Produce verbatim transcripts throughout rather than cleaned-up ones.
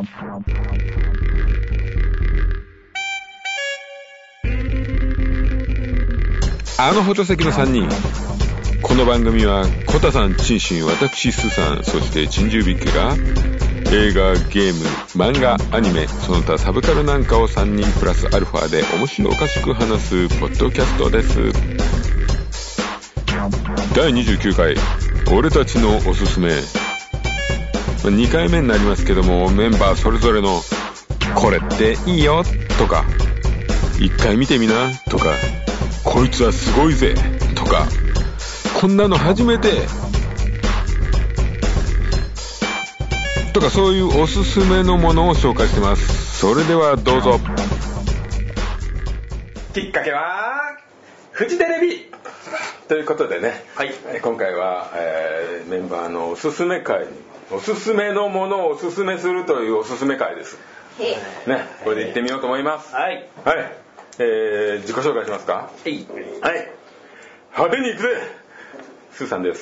あの矛先のさんにん。この番組はコタさん、チンシン、私スーさん、そして珍獣ビッケが映画、ゲーム、漫画、アニメ、その他サブカルなんかをさんにんプラスアルファで面白おかしく話すポッドキャストです。だいにじゅうきゅうかい俺たちのおすすめ。にかいめになりますけども、メンバーそれぞれのこれっていいよとか、一回見てみなとか、こいつはすごいぜとか、こんなの初めてとか、そういうおすすめのものを紹介してます。それではどうぞ。 きっかけはフジテレビということでね、はい、今回は、えー、メンバーのおすすめ会、おすすめのものをおすすめするというおすすめ会です。ね、これで行ってみようと思います。はい、はい、えー、自己紹介しますか。はい、はい、派手に行くぜ、スーさんです。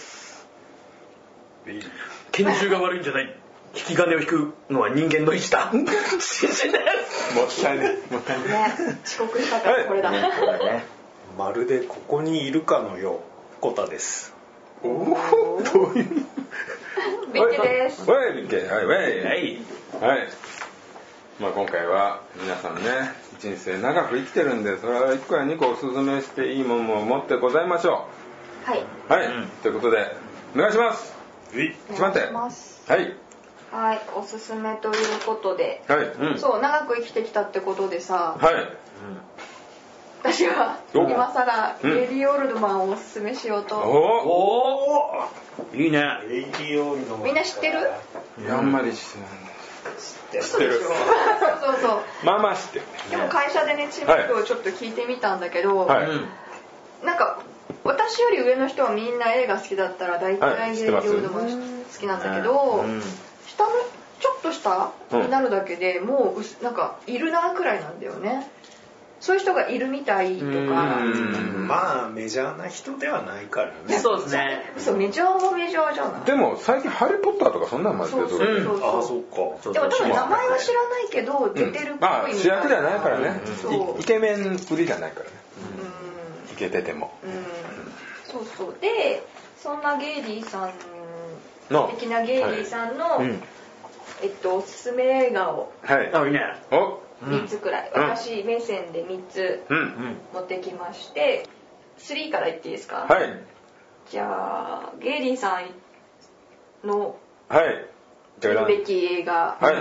拳銃が悪いんじゃない、引き金を引くのは人間の意志だ。新人です。 もったいない、もったいない、 ね、遅刻したからこれだ、はいね、 まるでここにいるかのよう、コタです。 おお、どういうビッケです。 はい、ビッケ、はい、はい、はい、はい。まあ今回は皆さんね、人生長く生きてるんで、それはいっこやにこおすすめしていいものを持ってございましょう。はい、はい、うん、ということでお願いします。一番手、はいはい、おすすめということで、はい、うん、そう、長く生きてきたってことでさ、はい、うん、私は今さらレディ・オールドマンをおすすめしようと。 おお、いいね。 レディ・オールドマン、 みんな知ってる？ いや、あんまり知らない。 知ってる。そうそうそう。 まあまあ知ってるね。 でも会社でね、チームをちょっと聞いてみたんだけど、はい、なんか私より上の人はみんな映画好きだったら大体レディ・オールドマン好きなんだけど、うん、下のちょっと下になるだけでもうなんかいるなくらいなんだよね。そういう人がいるみたいとか。 まあメジャーな人ではないからね。 そうですね。 そう、メジャーはメジャーじゃない。 でも最近ハリーポッターとかそんなんまで出てる。 そうそうそう。 あ、そうか。 でも多分名前は知らないけど出てるっぽいみたいな。 まあ主役じゃないからね。イケメン売りじゃないからね。イケてても。 そうそう。で、そんなゲイリーさんの素敵なゲイリーさんのえっとおすすめ映画を。 はい。 あ、いいね。 お。 みっつくらい、うん、私目線でみっつ持ってきまして、スリーから言っていいですか。はい。じゃあゲイリーさんの見るべき映画、はい、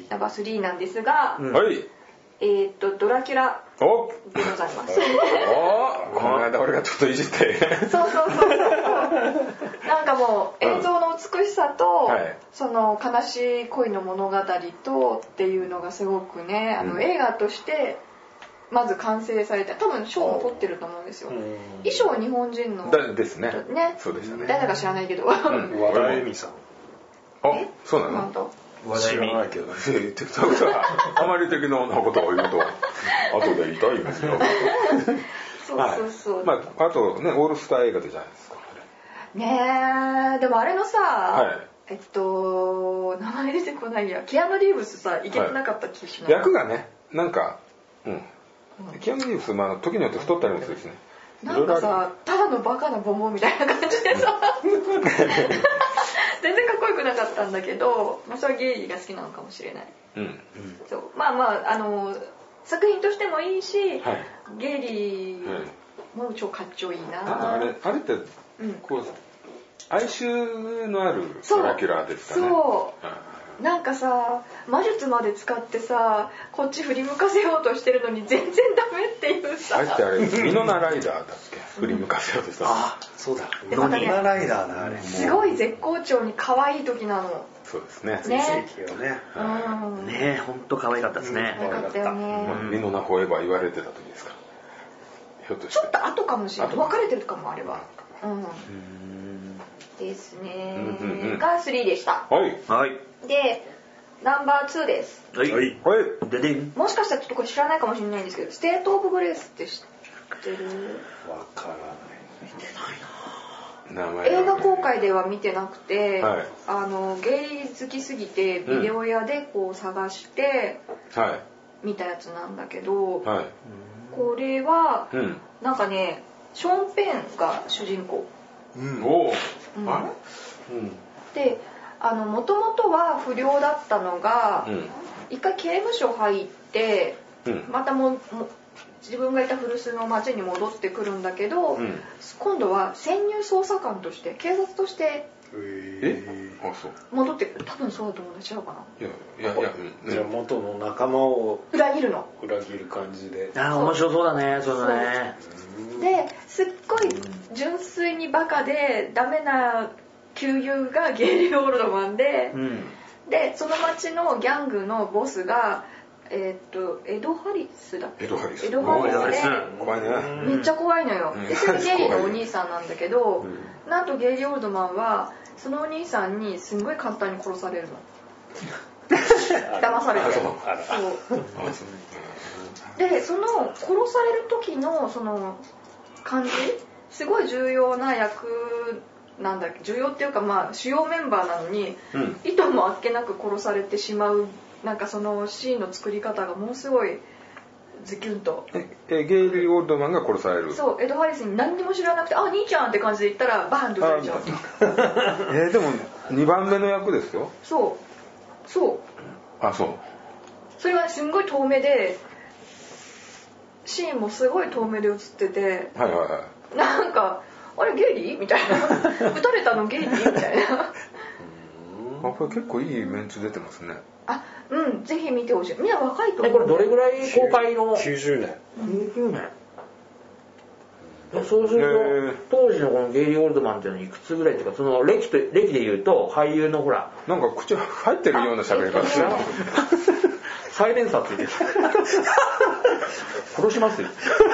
ナンバースリーなんですが、はい、えー、っとドラキュラでございます。 おお、この間俺がちょっといじってそうそうそうそうなんかもう映像の美しさと、うん、はい、その悲しい恋の物語とっていうのがすごくね、あの、うん、映画としてまず完成されて、多分賞も取ってると思うんですよ。衣装は日本人のだですね。 ね、 そうでしたね。 誰だか知らないけど、うん、 和田恵美さん。 あ、そうなの？知らないけど、あまり的なことを言うと後で言いたいんですよ。 そうそうそう、はい、 まあ、あとね、オールスター映画でじゃないですかね。えでもあれのさ、はい、えっと名前出てこないや、キアヌ・リーブスさ、いけてなかった気しない、はい、 役がね、なんか、うん、うん、キアヌ・リーブス、まあ、時によって太ったりもするしね、 なんかさ、ただのバカなボモみたいな感じでさ全然かっこよくなかったんだけど、まあ、それはゲイリーが好きなのかもしれない、うんうん、そうまあまあ、あの作品としてもいいし、はい、ゲイリーも超かっちょいいな、 あ, あれあれってこう、うん、哀愁のあるドラキュラですかね。 そう、なんかさ、魔術まで使ってさ、こっち振り向かせようとしてるのに全然ダメっていうさ、 あれってあれミノナライダーだっけ、振り向かせようとしたの、うん、 あ、そうだ、ミノナライダーだ、あれすごい絶好調に可愛い時なの。 そうですね、 ね、 よね、 うん、ね、ほんと可愛かったですね。 可愛かったよね。 ミノナフォーエバー言われてた時ですか。 ひょっとしてちょっと後かもしれない、別れてるかもあれば、うん、うんですね、うんうんうん、がスリーでした。はい、はい、でナンバーツーです。はい、はい、ででもしかしたらちょっとこれ知らないかもしれないんですけど、ステートオブグレースって知ってる？ わからない。 見てないな。 映画公開では見てなくて、はい、あのゲイリー好きすぎてビデオ屋でこう探して見たやつなんだけど、はい、これは、うん、なんかねショーン・ペンが主人公、 うん、おうん、あれ、うん、でもともとは不良だったのが、うん、一回刑務所入って、うん、またもも自分がいた古巣の町に戻ってくるんだけど、うん、今度は潜入捜査官として警察としてえあそう戻ってくる。多分そうだと思うんで違うかな。 いやいやいや、 じゃあ元の仲間を裏切るの裏切る感じで。 ああ面白そうだねそうだね。 ですっごい純粋にバカでダメな旧友がゲイリー・オールドマンで、うん、でその町のギャングのボスがえー、っとエド・ハリスだっけ。 エド・ハリスエド・ハリスで怖いね。 めっちゃ怖いのよ。でそれゲイリーのお兄さんなんだけど、うん、なんとゲイリー・オールドマンはそのお兄さんにすんごい簡単に殺されるの。騙されて。そうでその殺される時のその感じすごい重要な役なんだっけ。重要っていうかまあ主要メンバーなのに、うん、いともあっけなく殺されてしまう。なんかそのシーンの作り方がものすごいズキュンと。 ええゲイリー・オールドマンが殺される。 そうエド・ハリスに何にも知らなくてあ兄ちゃんって感じで言ったらバーンと撃たれちゃう。 えー、でもにばんめの役ですよ。 そうそうあそうそれがすんごい遠目でシーンもすごい遠目で映ってて、 はいはいはい、 なんかあれゲイリーみたいな撃たれたのゲイリーみたいなあこれ結構いいメンツ出てますね。 あうんぜひ見てほしい。みんな若いと思う。 これどれぐらい公開のきゅうじゅうねんきゅうじゅうねんそうすると当時のこのゲイリー・オールドマンっていうのはいくつぐらいっていうかその歴と歴で言うと俳優のほらなんか口入ってるような喋り方してるサイレンサーついてる殺しますよ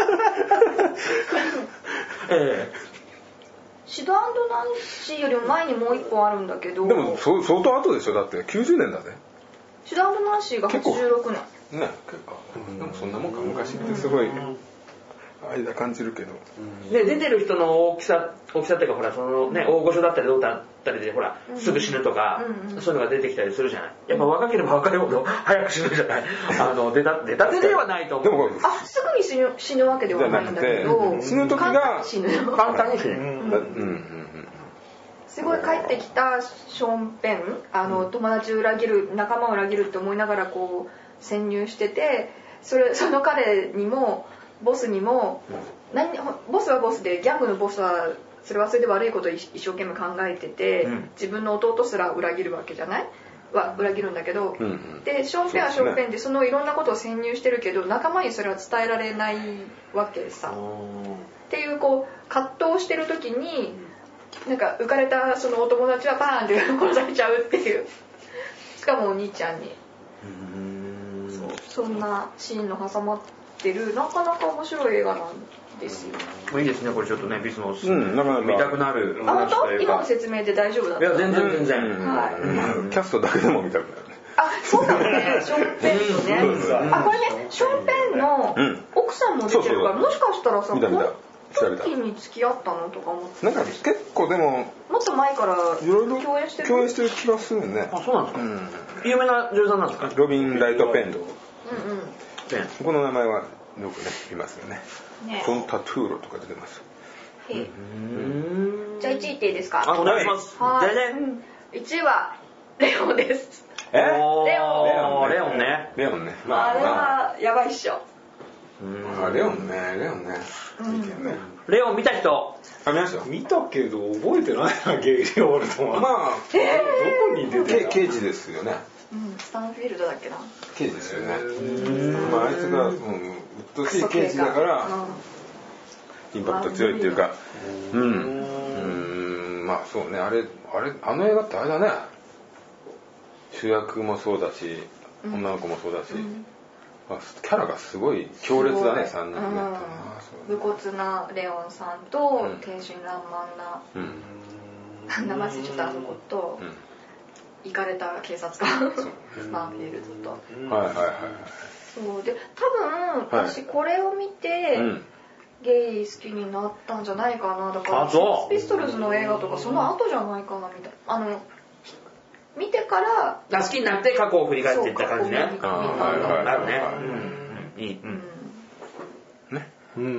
ええシド&ナンシーよりも前にもう一本あるんだけど。 でもそ相当後でしょ。だってきゅうじゅうねんだぜ。 シド&ナンシーがはちじゅうろくねん。 ね結構でもそんなもんか。昔ってすごい間感じるけど。 で出てる人の大きさ大きさっていうかほらそのね大御所だったりどうだったりでほらすぐ死ぬとか、うんうん、そういうのが出てきたりするじゃない。やっぱ若ければ若いほど早く死ぬじゃない。あの出た出たてではないと思う。でもあすぐに死ぬ死ぬわけではないんだけど死ぬ時が死ぬ簡単に死ぬ。うんうんうんすごい帰ってきたショーン・ペンあの友達を裏切る仲間を裏切るって思いながらこう潜入しててそれその彼にもボスにも何ボスはボスでギャングのボスはそれはそれで悪いことを一生懸命考えてて、うん、自分の弟すら裏切るわけじゃないは裏切るんだけど、うんうん、でショーン・ペンはショーン・ペンでそのいろんなことを潜入してるけど仲間にそれは伝えられないわけさっていうこう葛藤してる時になんか浮かれたそのお友達はバーンって殺されちゃうっていうしかもお兄ちゃんにうーん そ, そんなシーンの挟まってるなかなか面白い映画なんですよ。 いいですねこれちょっとねビスの、うん、なかなか見たくなるあ本当今の説明で大丈夫だった。 いや全然全然、うんはいうん、キャストだけでも見たくなるね。 あそうだねショーン・ペンとね、うん、あこれねショーン・ペンの奥さんも出てるから、うん、もしかしたらさ見た見た時に付き合ったのとか思ってなんか結構でももっと前から共演してる共演してる気がするね。 あそうなんですか、うん、有名な女優さんなんですか。 ロビン・ライト・ペンド、うんうん、 ペンこの名前はよくね見ますよね。ねコンタトゥーロとか出てます。 へえうんじゃあいちいっていいですか。 あお願いします。 はい、いちいはレオです。 えレオンレオンねレオンね、 まあ、あれはやばいっしょ。 あレオンねレオンね、 うん、 いいねレオン見た人あ見ました。 見たけど覚えてないなゲイリー・オールドマン。 まあ、 えー、どこに出てた刑事ですよね。 うん、スタンフィールドだっけな。 刑事ですよね。まああいつが、うん、うっとしい刑事だから、うん、インパクト強いっていうか、うん、うん、まあそうねあれあれあの映画ってあれだね。主役もそうだし、女の子もそうだし。うんキャラがすごい強烈だねさんにんね、 うん、武骨なレオンさんと、うん、天真爛漫な、うん、名前忘れちゃったあの子と、うん、イカれた警察官スタンフィールドと、 はいはいはいそうで多分私これを見て、はい、 ゲイ好きになったんじゃないかな。だからセックスピストルズの映画とかその後じゃないかなみたいな。あの見てから好きになって過去を振り返っていった感じね。 ああるね。うん。いい。うん。 ね。 うんうんうん。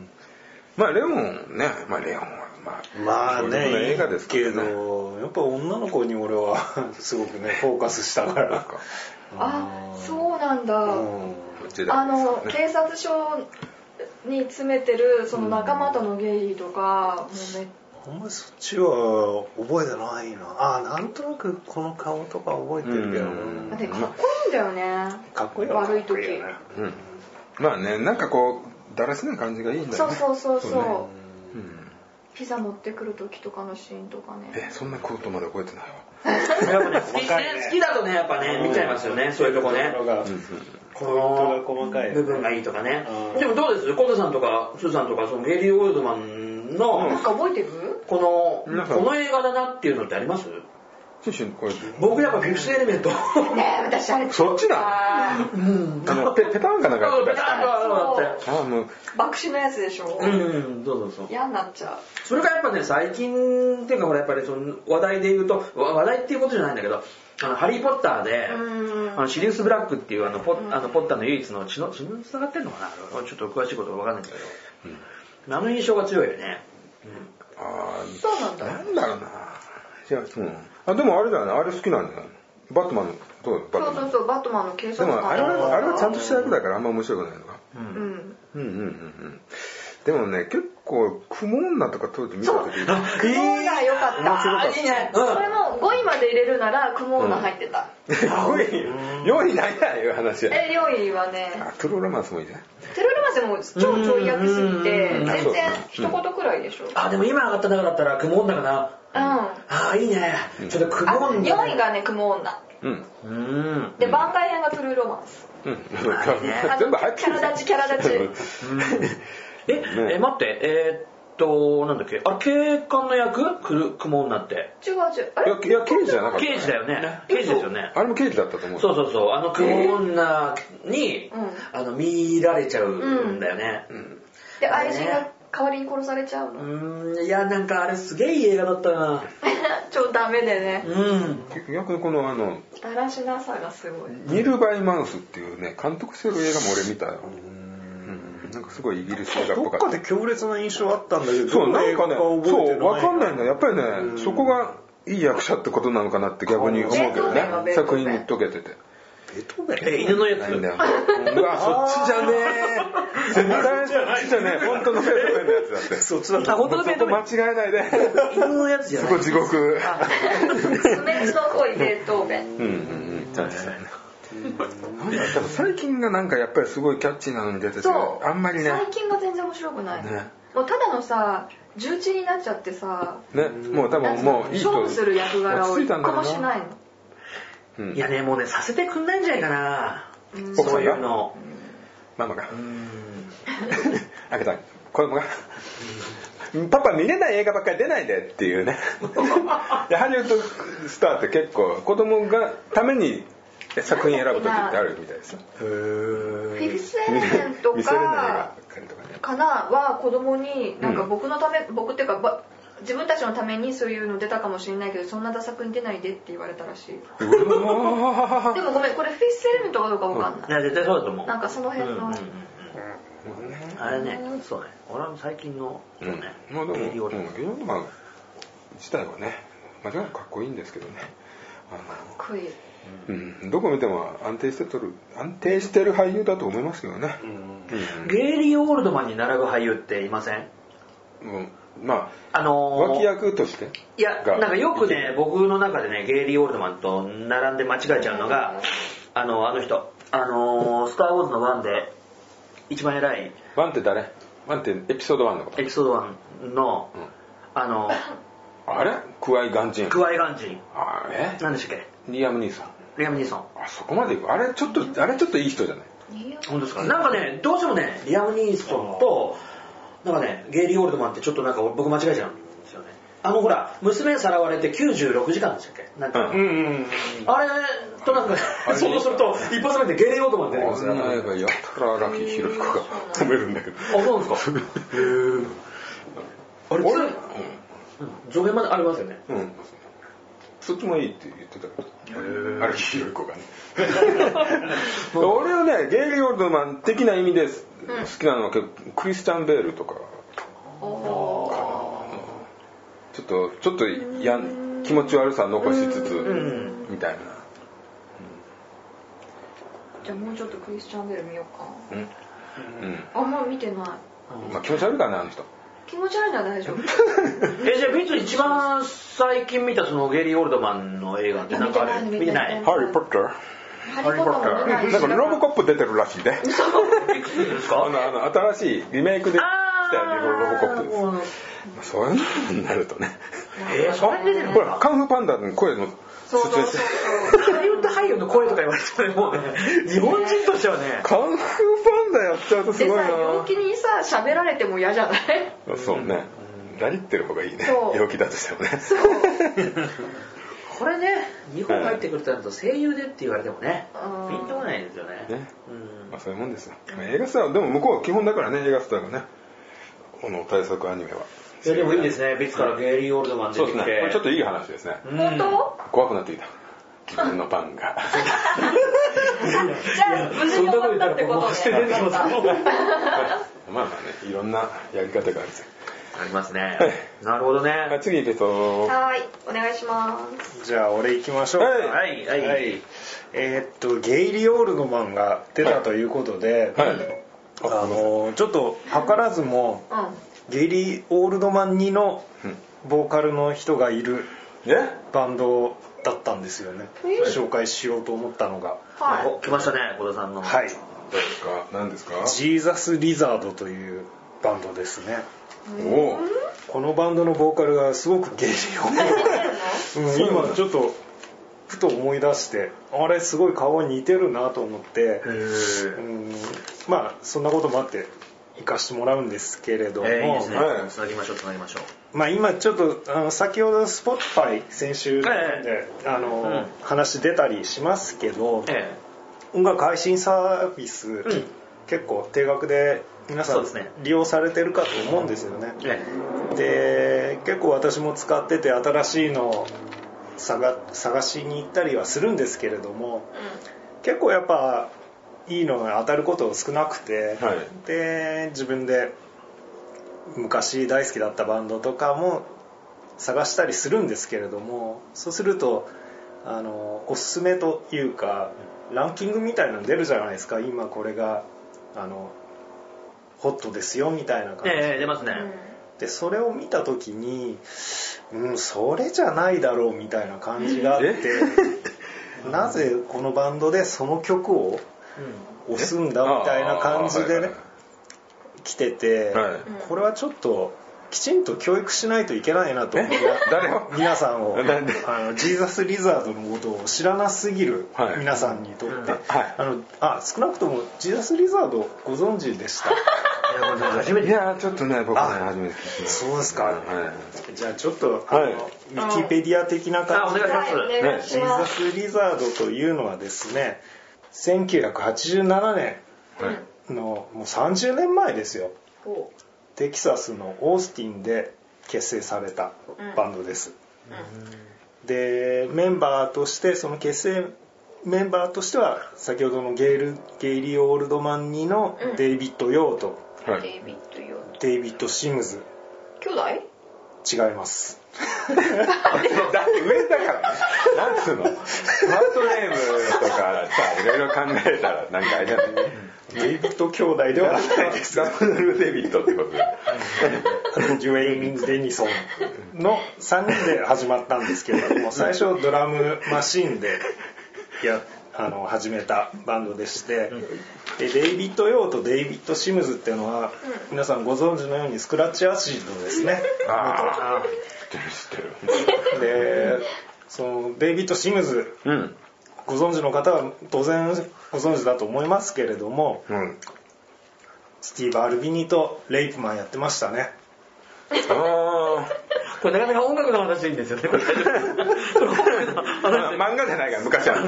まあレオンね、まあレオンはまあまあね映画ですけど、やっぱ女の子に俺はすごくねフォーカスしたから。 あ、そうなんだ。あの警察署に詰めてるその仲間とのゲイとか、もうめっあんまりそっちは覚えてないな。あ、なんとなくこの顔とか覚えてるけど、 だってかっこいいんだよね。 かっこいい悪い時。 うん。まあね、なんかこうだらしない感じがいいんだよね。 そうそうそうそう。 ね、 うん、ピザ持ってくる時とかのシーンとかね。 え、そんなことまで覚えてないわ。 やっぱね、好き、ね、好きだとね、やっぱね、見ちゃいますよね、そういうとこね。 この細かい部分がいいとかね。でもどうですコタさんとかスーさんとか、そのゲイリー・オールドマンの、 なんか覚えてるこの、この映画だなっていうのってあります？僕やっぱフィフスエレメント。 ねえ、私あれ。 そっちだ。うん。ペターンかなんか。 ペターンかなって。 あ、もう。爆死のやつでしょ。 うん、そうそうそう。 嫌になっちゃう。 それがやっぱね、最近っていうか、ほら、やっぱりその話題で言うと、話題っていうことじゃないんだけど、あの、ハリー・ポッターで、あのシリウス・ブラックっていうあのポ、あのポッターの唯一の血の、血の繋がってんのかな、ちょっと詳しいことはわかんないんだけど、あの印象が強いよね。 ああ、 そうなんだ。 なんだろうな。いや、うん。あ、でもあれだよね、あれ好きなんだよ。バットマンの、 そうそうそう、バットマンの警察官。 でもあれは、あれはちゃんとした役だからあんま面白くないのか。 うん。うんうんうんうん。でもね、結構、雲女とか当時見た時に。 雲女良かった。 あ、いいね。 それもごいまで入れるなら雲女入ってた。 ごい、よいないやいう話や。 え、よいはね。 トゥルーロマンスもいいね。 トゥルーロマンスも超ちょい役すぎて、全然一言くらいでしょ。 あ、でも今上がった中だったら雲女かな。 うん。 ああ、いいね。ちょっと雲女。 よんいがね、雲女。 うん。 うん。 で、番外編がトゥルーロマンス。 うん。全部入ってる。 キャラ立ち、キャラ立ち。 え、え、待って、えー、っと、なんだっけ、あ、警官の役く、雲女って。 違う違う。あれいや、刑事じゃなかった。 刑事だよね。刑事ですよね。 あれも刑事だったと思う。 そうそうそう。あの雲女に、あの、見られちゃうんだよね。 で、愛人が代わりに殺されちゃうの。 うん、いや、なんかあれすげえいい映画だったな。 超ダメでね。 うん。 逆にこのあの、 だらしなさがすごい。 ニル・バイ・マウスっていうね、監督してる映画も俺見たよ。なんかすごいイギリス映画っぽかった。 どっかで強烈な印象あったんだけど、 そう、なんかね、そう、わかんないんだ。やっぱりね、そこがいい役者ってことなのかなって逆に思うけどね。作品に解けてて。 ベトベンえ、犬のやつなんだよ。うわ、そっちじゃねえ。絶対そっちじゃねえ。本当のベトベンのやつだって。 そっちだった。 本当のベトベン。 間違えないで。 犬のやつじゃない。 そこ地獄。 不滅の恋ベートーベン。 うんうんうん。そうですね。最近がなんかやっぱりすごいキャッチーなのに出てて、あんまりね。 最近が全然面白くない。ね。もうただのさ、重鎮になっちゃってさ。 ね、もう多分もういいと。 勝負する役柄を一個もしないの。 いやね、もうね、させてくんないんじゃないかな。そういうの。 ママが。あげた。子供が。パパ見れない映画ばっかり出ないでっていうね。ハリウッドスターって結構子供がために作品選ぶ時ってあるみたいですよ。 フィフスエレメントかかなは子供になんか僕のため、僕っていうか自分たちのためにそういうの出たかもしれないけどそんなダ作に出ないでって言われたらしい。でもごめん、これフィフスエレメントかどうかわかんない。 いや絶対そうだと思う。 なんかその辺の。 あれね、そうね。俺は最近のそうね。 まあでもゲリオーマン自体はね、間違いなくかっこいいんですけどね。 かっこいい。 うん、どこ見ても安定してとる安定してる俳優だと思いますけどね。 うん、ゲイリー・オールドマンに並ぶ俳優っていません？ うん、まあ、あのー、 脇役としていやなんかよくね僕の中でねゲイリー・オールドマンと並んで間違えちゃうのがあのあの人あのー、スター・ウォーズのワンで一番偉いワンって誰？ワンってエピソードワンのこと？ エピソードワンの、うん、あのあれクワイガンジンクワイガンジンあれ何でしたっけ？ リアム・ニーソンリアム・ニーソンあそこまでいくあれちょっとあれちょっといい人じゃない？ 本当ですか？なんかねどうしてもねリアム・ニーソンとなんかねゲイリー・オールドマンってちょっとなんか僕間違えちゃうんですよね。 あのほら娘さらわれてきゅうじゅうろくじかんでしたっけなんか、うんうんうん、あれとなんかそうすると一発目でゲレーオートマン出てきますね。 あれがやったら荒木博彦が止めるんだけど。 あ、そうなんですか。へー。あれ、俺、上辺までありますよね。うん。 そっちもいいって言ってたけど。荒木博彦がね。俺はね、ゲイリー・オールドマン的な意味で好きなのはクリスチャン・ベールとか。ちょっとちょっとや気持ち悪さ残しつつみたいな。 じゃあもうちょっとクリスチャン・ベール見ようか。うん。うん。あんま見てない。まあ気持ち悪いからねあの人。 気持ち悪いのは大丈夫。 えじゃあビッツ一番最近見たそのゲイリー・オールドマンの映画ってなんかある？見てない。 ハリー・ポッター。 ハリー・ポッター。 なんかロボコップ出てるらしいで。 いくつですか？ あのあの新しいリメイクで来たロボコップです。そういうのになるとね。 えー、それ出てるの？ ほらカンフーパンダの声のそうそうそうそう。 ハリウッド俳優の声とか言われてもね、もうね、日本人としてはね。 カンフーパンダやっちゃうとすごいな。 でさ、陽気にさ、喋られても嫌じゃない？ そうね。ラリってる方がいいね。陽気だとしてもね。 そう。 これね、日本入ってくるとなると声優でって言われてもね、ピンとこないですよね。 ね。まあそういうもんですよ。映画スターでも向こうは基本だからね、映画スターがね。この大作アニメは。 いやでもいいですね、ビッツからゲイリー・オールドマン出てきて。 そうですね。これちょっといい話ですね。 本当？ 怖くなってきた。自分の番が。 じゃあ無事に終わったってことね。 まあまあね、いろんなやり方があるんですよ。 ありますね。なるほどね。 次行けと。 はい、お願いします。 じゃあ俺行きましょうか。 はいはいはい。 えー、っとゲイリー・オールドマンが出たということで、はいはい、あのちょっと図らずも、うん、ゲイリー・オールドマンにのボーカルの人がいるバンドだったんですよね。紹介しようと思ったのが。 はい、お来ましたね、小田さんの。 はい。 何ですか？ ジーザス・リザードというバンドですね。 おこのバンドのボーカルがすごくゲイリーを、うん、今ちょっとふと思い出してあれすごい顔に似てるなと思って、うん、まあそんなこともあって行かしてもらうんですけれども、 えー、いいですね、はい、つなぎましょうつなぎましょう。まあ今ちょっとあの先ほどスポットファイ先週で、えー、あの、うん、話出たりしますけど、えー、音楽配信サービス、うん、結構定額で皆さん利用されてるかと思うんですよね。で結構私も使ってて新しいのを 探, 探しに行ったりはするんですけれども、うん、結構やっぱいいのが当たること少なくて、はい、で自分で昔大好きだったバンドとかも探したりするんですけれども、そうするとあのおすすめというかランキングみたいなの出るじゃないですか。今これがあのホットですよみたいな感じで、 えー、出ますね。 でそれを見た時に、うん、それじゃないだろうみたいな感じがあってなぜこのバンドでその曲を押すんだみたいな感じでね来てて、これはちょっときちんと教育しないといけないなと思う皆さんをあのジーザス・リザードのことを知らなすぎる皆さんにとって、はい、あのあ少なくともジーザス・リザードご存知でした？ 初めていやちょっとね僕ね初めて聞きました。 そうですか、はい、じゃあちょっとあの、はい、ウィキペディア的な感じで、 はい、 ジーザス・リザードというのはですねせんきゅうひゃくはちじゅうななねんの、もうさんじゅうねんまえですよ。テキサスのオースティンで結成されたバンドです、うん、でメンバーとしてその結成メンバーとしては先ほどのゲイル、ゲイリー・オールドマンにのデイビッド・ヨーと、 うん、デイビッド・ヨーデイビッド・シムズ兄弟？ 違いますだって上だからねなんつうのファーストネームとかさいろいろ考えたらなんかあれじゃないデイビッド兄弟ではないですダブルデイビッドってことでデュエイン・デニソンのさんにんで始まったんですけれども最初ドラムマシンでやあの始めたバンドでして、でデイビッド・ヨーとデイビッド・シムズっていうのは皆さんご存知のようにスクラッチアシッドですね。あ知ってるでそのデイビッド・シムズ、うん、ご存知の方は当然ご存知だと思いますけれども、うん、スティーブ・アルビニとレイプマンやってましたね。 あこれなかなか音楽の話いいんですよね。漫画じゃないから昔あった。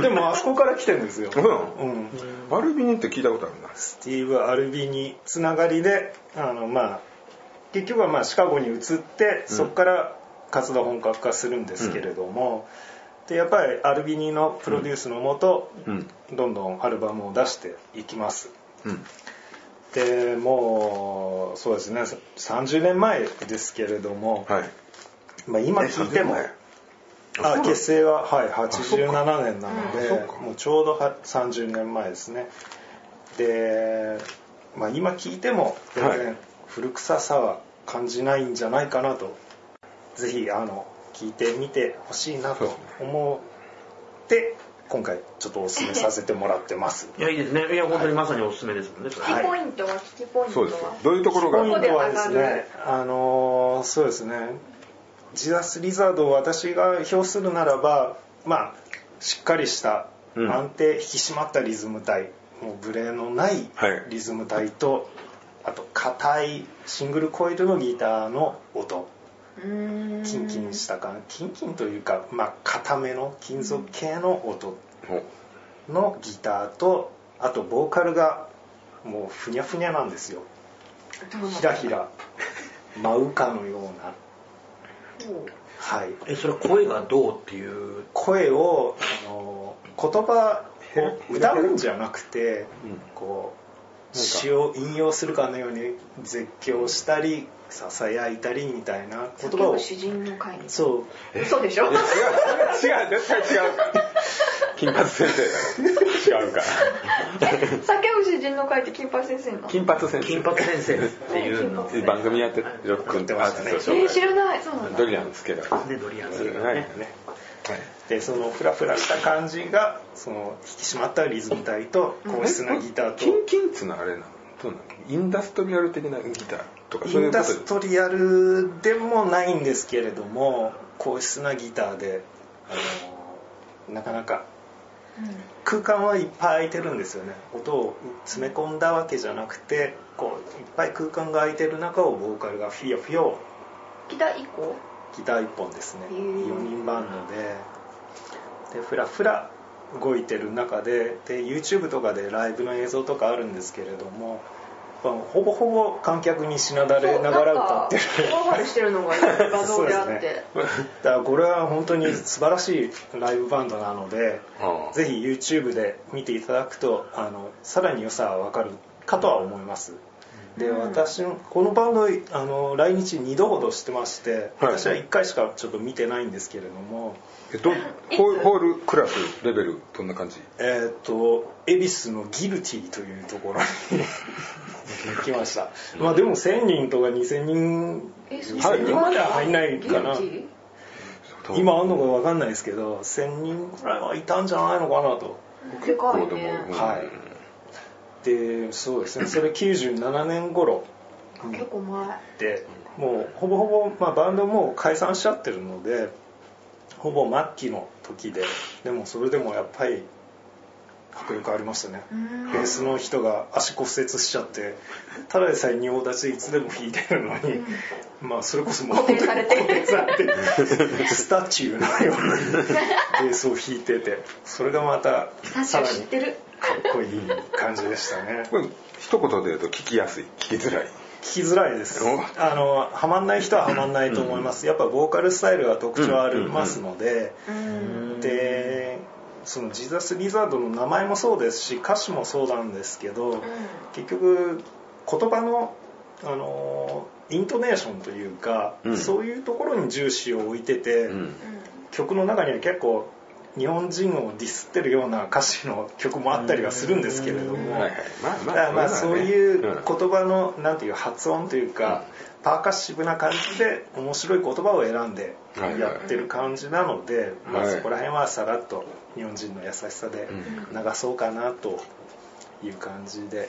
でもあそこから来てるんですよ。うん。 アルビニって聞いたことあるな。 スティーブ・アルビニつながりで、あのまあ結局はまあシカゴに移ってそこから活動本格化するんですけれども、うん、でやっぱりアルビニのプロデュースのもと、うん、どんどんアルバムを出していきます。うん、でもうそうですねさんじゅうねんまえですけれども、はい、まあ、今聞いてもあ結成は、はい、はちじゅうななねんなので、うん、もうちょうどさんじゅうねんまえですね。で、まあ、今聞いても全然古臭さは感じないんじゃないかなと、はい、ぜひあの聞いてみてほしいなと思って今回ちょっとお勧めさせてもらってます。 いやいいですね。いや本当にまさにおすすめですもんね。 キーポイントはキーポイントは、はい、 どういうところがポイントはですね、あのー、そうですね。ジダス・リザードを私が評するならば、まあしっかりした安定、うん、引き締まったリズム体、もうブレのないリズム体と、はい、あと硬いシングルコイルのギターの音。キンキンした感キンキンというか、まあ、硬めの金属系の音のギターと、あとボーカルがもうふにゃふにゃなんですよ。ひらひら舞うかのような、はい、 えそれ声がどうっていう声をあの言葉を歌うんじゃなくて、こう詩を引用するかのように絶叫したりささやいたりみたいな言葉を。 詩人の会に。 そう。 嘘でしょ。違う、違う、 絶対違うから。金髪先生だよ。違うから。 叫ぶ詩人の会って金髪先生の。 金髪先生。 金髪先生っていう番組やってロックンってましたね。 えー、知らない。そうなんだ。 ドリアンですけど。 ね、ドリアンですね。 はいね。 でそのフラフラした感じがその引き締まったリズム体と硬質なギターと。 キンキンっつうのはあれなの。どうなの？インダストリアル的なギターとかそういうこと。 インダストリアルでもないんですけれども、硬質なギターで、あのなかなか空間はいっぱい空いてるんですよね。音を詰め込んだわけじゃなくて、こういっぱい空間が空いてる中をボーカルがフィヨフィヨ。 ギターいっこ？ ギターいっぽんですね。よにんバンドで、でフラフラ動いてる中で、で YouTube とかでライブの映像とかあるんですけれども、ほぼほぼ観客にしなだれながら歌ってる。 ふわふわしてるのが画像であって。ね、 だからこれは本当に素晴らしいライブバンドなので、ぜひ YouTube で見ていただくとあのさらに良さはわかるかとは思います。で、うん、私のこのバンドあの来日にどほどしてまして、はい、私はいっかいしかちょっと見てないんですけれども、 えっと、ホールクラスレベルどんな感じ？ えー、っと恵比寿のギルティというところに来ました。まあでもせんにんとかにせんにんにせんにんまでは入んないかな。今あんのか分かんないですけどせんにんくらいはいたんじゃないのかなと。 結構ね。 はい。でそうですね、それきゅうじゅうななねん頃結構前で、もうほぼほぼ、まあ、バンドも解散しちゃってるのでほぼ末期の時で、でもそれでもやっぱり迫力ありましたね。ベースの人が足骨折しちゃって、ただでさえ仁王立ちいつでも弾いてるのに、うん、まあそれこそもう固定されてスタチューのようにベースを弾いてて、それがまたさらにかっこいい感じでしたね。 これ一言で言うと聞きやすい、聞きづらい。 聞きづらいです。あのハマんない人はハマんないと思います。やっぱボーカルスタイルが特徴ありますので、でそのジザス・リザードの名前もそうですし歌詞もそうなんですけど、うん、結局言葉の、あのイントネーションというか、うん、そういうところに重視を置いてて、うん、曲の中には結構日本人をディスってるような歌詞の曲もあったりはするんですけれども、まあそういう言葉のなんていう発音というか、うん、パーカッシブな感じで面白い言葉を選んでやってる感じなので、はいはい、まあ、そこら辺はさらっと日本人の優しさで流そうかなという感じで、はい。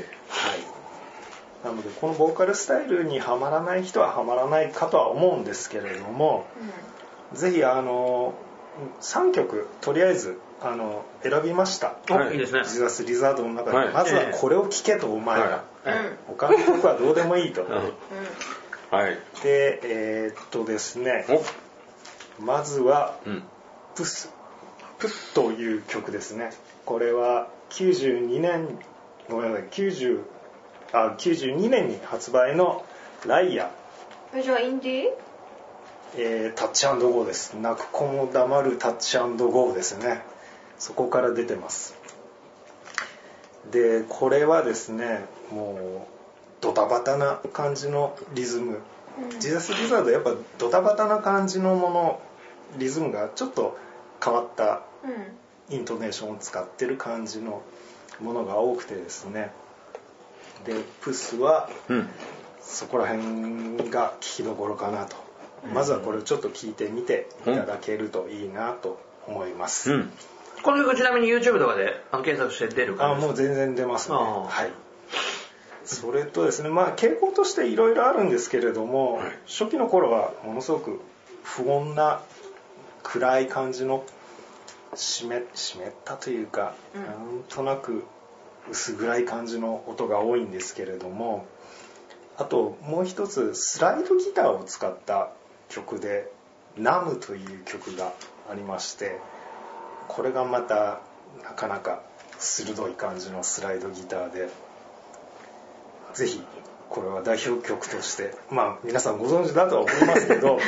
なのでこのボーカルスタイルにはまらない人ははまらないかとは思うんですけれども、うん、ぜひあのさんきょくとりあえずあの選びました。 はい、いいですね。 ジザス・リザードの中で、はい、まずはこれを聴けとお前ら、はい、他の曲はどうでもいいと、うん、 はい、 でえー、っとですねまずは、うん、プスプスという曲ですね。これはきゅうじゅうにねんごめんなさいきゅうじゅうあきゅうじゅうにねんに発売のライア。 えじゃあインディー、 えー、タッチ&ゴーです。泣く子も黙るタッチ&ゴーですね。そこから出てます。でこれはですねもうドタバタな感じのリズム、うん、ジーザス・リザードやっぱドタバタな感じのものリズムがちょっと変わったイントネーションを使ってる感じのものが多くてですね。でプスは、うん、そこら辺が聞きどころかなと、うん、まずはこれをちょっと聞いてみていただけるといいなと思います、うん、 この曲ちなみに YouTube とかで検索して出る感じですか？ あもう全然出ますね。はい。それとですねまあ傾向としていろいろあるんですけれども、はい、初期の頃はものすごく不穏な暗い感じの湿ったというか、うん、なんとなく薄暗い感じの音が多いんですけれども、あともう一つスライドギターを使った曲でナムという曲がありまして、これがまたなかなか鋭い感じのスライドギターで、ぜひこれは代表曲としてまあ皆さんご存知だとは思いますけど、はい、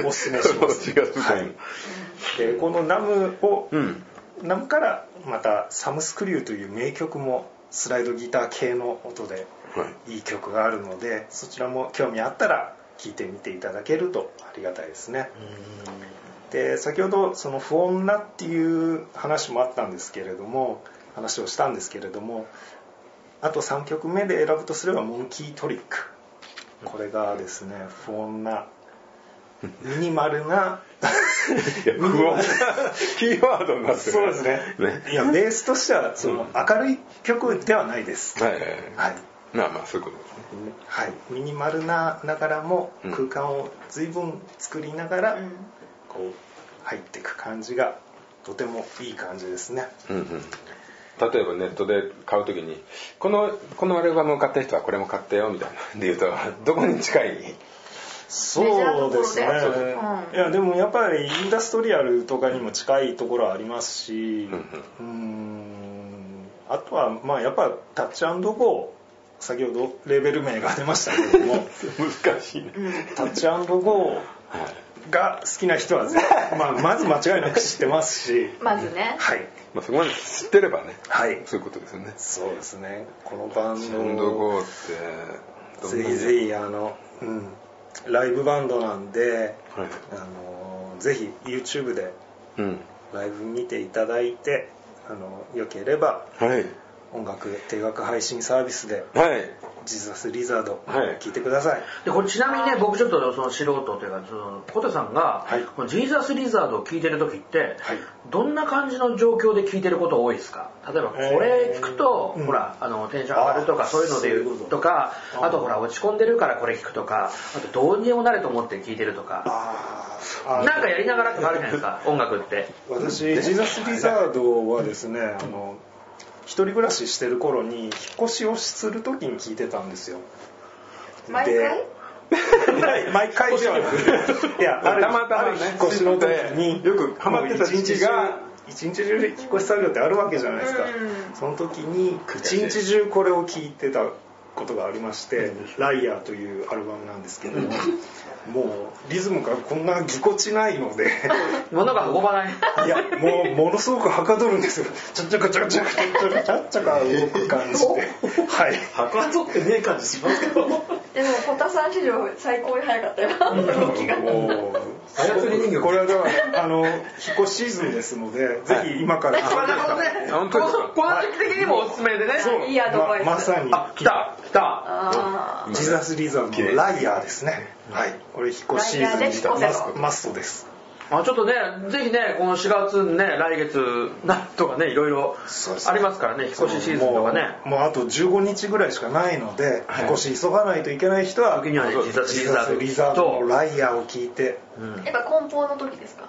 おすすめします、はい、でこのナムを、うん、ナムからまたサムスクリューという名曲もスライドギター系の音でいい曲があるので、はい、そちらも興味あったら聴いてみていただけるとありがたいですね。で先ほどその不穏なっていう話もあったんですけれども話をしたんですけれども、あとさんきょくめで選ぶとすればモンキートリック、これがですね不穏なミニマルな不穏なキーワードになってる。 そうですね。ねいやベースとしてはその明るい曲ではないです。 はいはいはい。はい、まあまあそういうことですね。 はい。ミニマルなながらも空間を随分作りながら、うん、こう入っていく感じがとてもいい感じですね。うんうん。 例えばネットで買うときにこのこのアルバムを買った人はこれも買ったよみたいなで言うとどこに近い？ そうですね、うん、いやでもやっぱりインダストリアルとかにも近いところはありますし、うん、うんあとはまあやっぱタッチ&ゴー、先ほどレーベル名が出ましたけども難しいね。 タッチ&ゴーが好きな人は、まあ、まず間違いなく知ってますしまずね、 はい、 まあ、そこまで知ってればね、はい、そういうことですよね。 そうですね。このバンドタッチ&ゴーってぜひぜひあの、うん、ライブバンドなんで、はい、あのぜひ YouTube でライブ見ていただいて、あのよければ、はい、音楽定額配信サービスで、はい、ジーザス・リザード聞いてください。 でこれちなみにね僕ちょっとその素人というかそのコタさんが、はい、このジーザス・リザードを聞いてる時って、はい、どんな感じの状況で聞いてること多いですか？例えばこれ聞くと、えー、ほらあのテンション上がるとかそういうので言うとか、あとほら落ち込んでるからこれ聞くとか、あとどうにでもなると思って聞いてるとか、あなんかやりながらとかあるじゃないですか音楽って。 私ジーザス・リザードはですね、あの一人暮らししてる頃に引っ越しをする時に聞いてたんですよ。 毎回毎回ではなくて、いやあるたまたまね引っ越しの時によくハマってた時期が一日中引っ越し作業ってあるわけじゃないですか。その時に一日中これを聞いてたことがありまして、ライアーというアルバムなんですけども、もうリズムがこんなぎこちないので物が運ばない。 いやもうものすごくはかどるんですよ。ちゃっちゃかちゃっちゃかちゃっちゃかちゃっちゃか動く感じで、はい。 はかどってねえ感じしますけど。 でもコタさん史上最高に早かったよ。動きが。 操り人形。これはだからあの引っ越しシーズンですので、ぜひ今から。 なるほどね。本当ですか。この時期的にもおすすめでね。 そう。 いいアドバイス。 まさに。 あ来た来た。 ジーザス・リザードのライアーですね。はい。これ引っ越しシーズンにしたマストです。 あちょっとねぜひねこのしがつね来月なんとかねいろいろありますからね、引っ越しシーズンとかね。 もうあとじゅうごにちぐらいしかないので、はい、引っ越し急がないといけない人は時にはねジーザス・リザードのライアーを聞いて、 うん、やっぱ梱包の時ですか？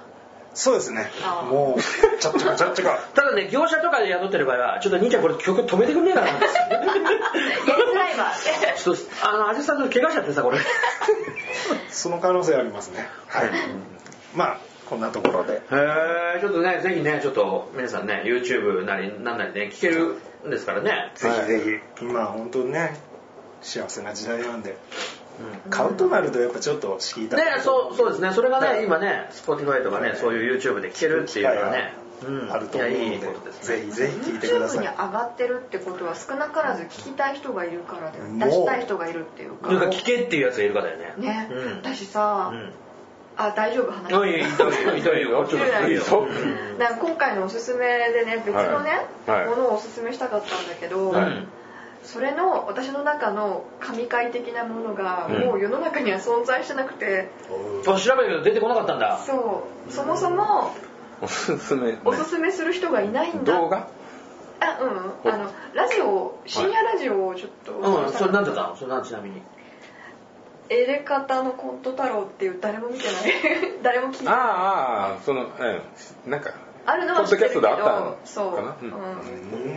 そうですね。もうちゃっちゃかちゃっちゃか。 ただね、業者とかで雇ってる場合はちょっと兄ちゃんこれ曲止めてくんねえかなやりづらいわちょっとあのアジスタント怪我しちゃってさこれその可能性ありますね。はい、うん、まあこんなところで。へえ、ちょっとね、ぜひね、ちょっと皆さんね、YouTube なりなんなりね、聞けるんですからね。 ぜひぜひ。今本当にね、幸せな時代なんで。うん、買うとなるとやっぱちょっと敷居高い。 ね、そうそうですね。それがね、はい、今ね、Spotify とかね、そういう YouTube で聞けるっていうのはね、 うん、あると思うので、いいことですね、ぜひぜひ聞いてください。 YouTube に上がってるってことは少なからず聞きたい人がいるからだよ。出したい人がいるっていうか。 なんか聞けっていうやつがいるからだよね。 ね、うん、私さ。うんあ、大丈夫話していいよいいよいいよちょっといいよなんか今回のおすすめでね別のね、はい、ものをおすすめしたかったんだけど、はい、それの私の中の神回的なものがもう世の中には存在してなくて、 うん、あ調べるけど出てこなかったんだ。 そうそもそもおすすめ、ね、 おすすめする人がいないんだ。 動画あうんあのラジオ深夜ラジオをちょっと、 はい、うんそれなんて言ったのそれなんちなみにエレカタのコント太郎っていう誰も見てない誰も聞いてない。 ああそのええなんかあるのは知ってるけど、 そうかな。 うん。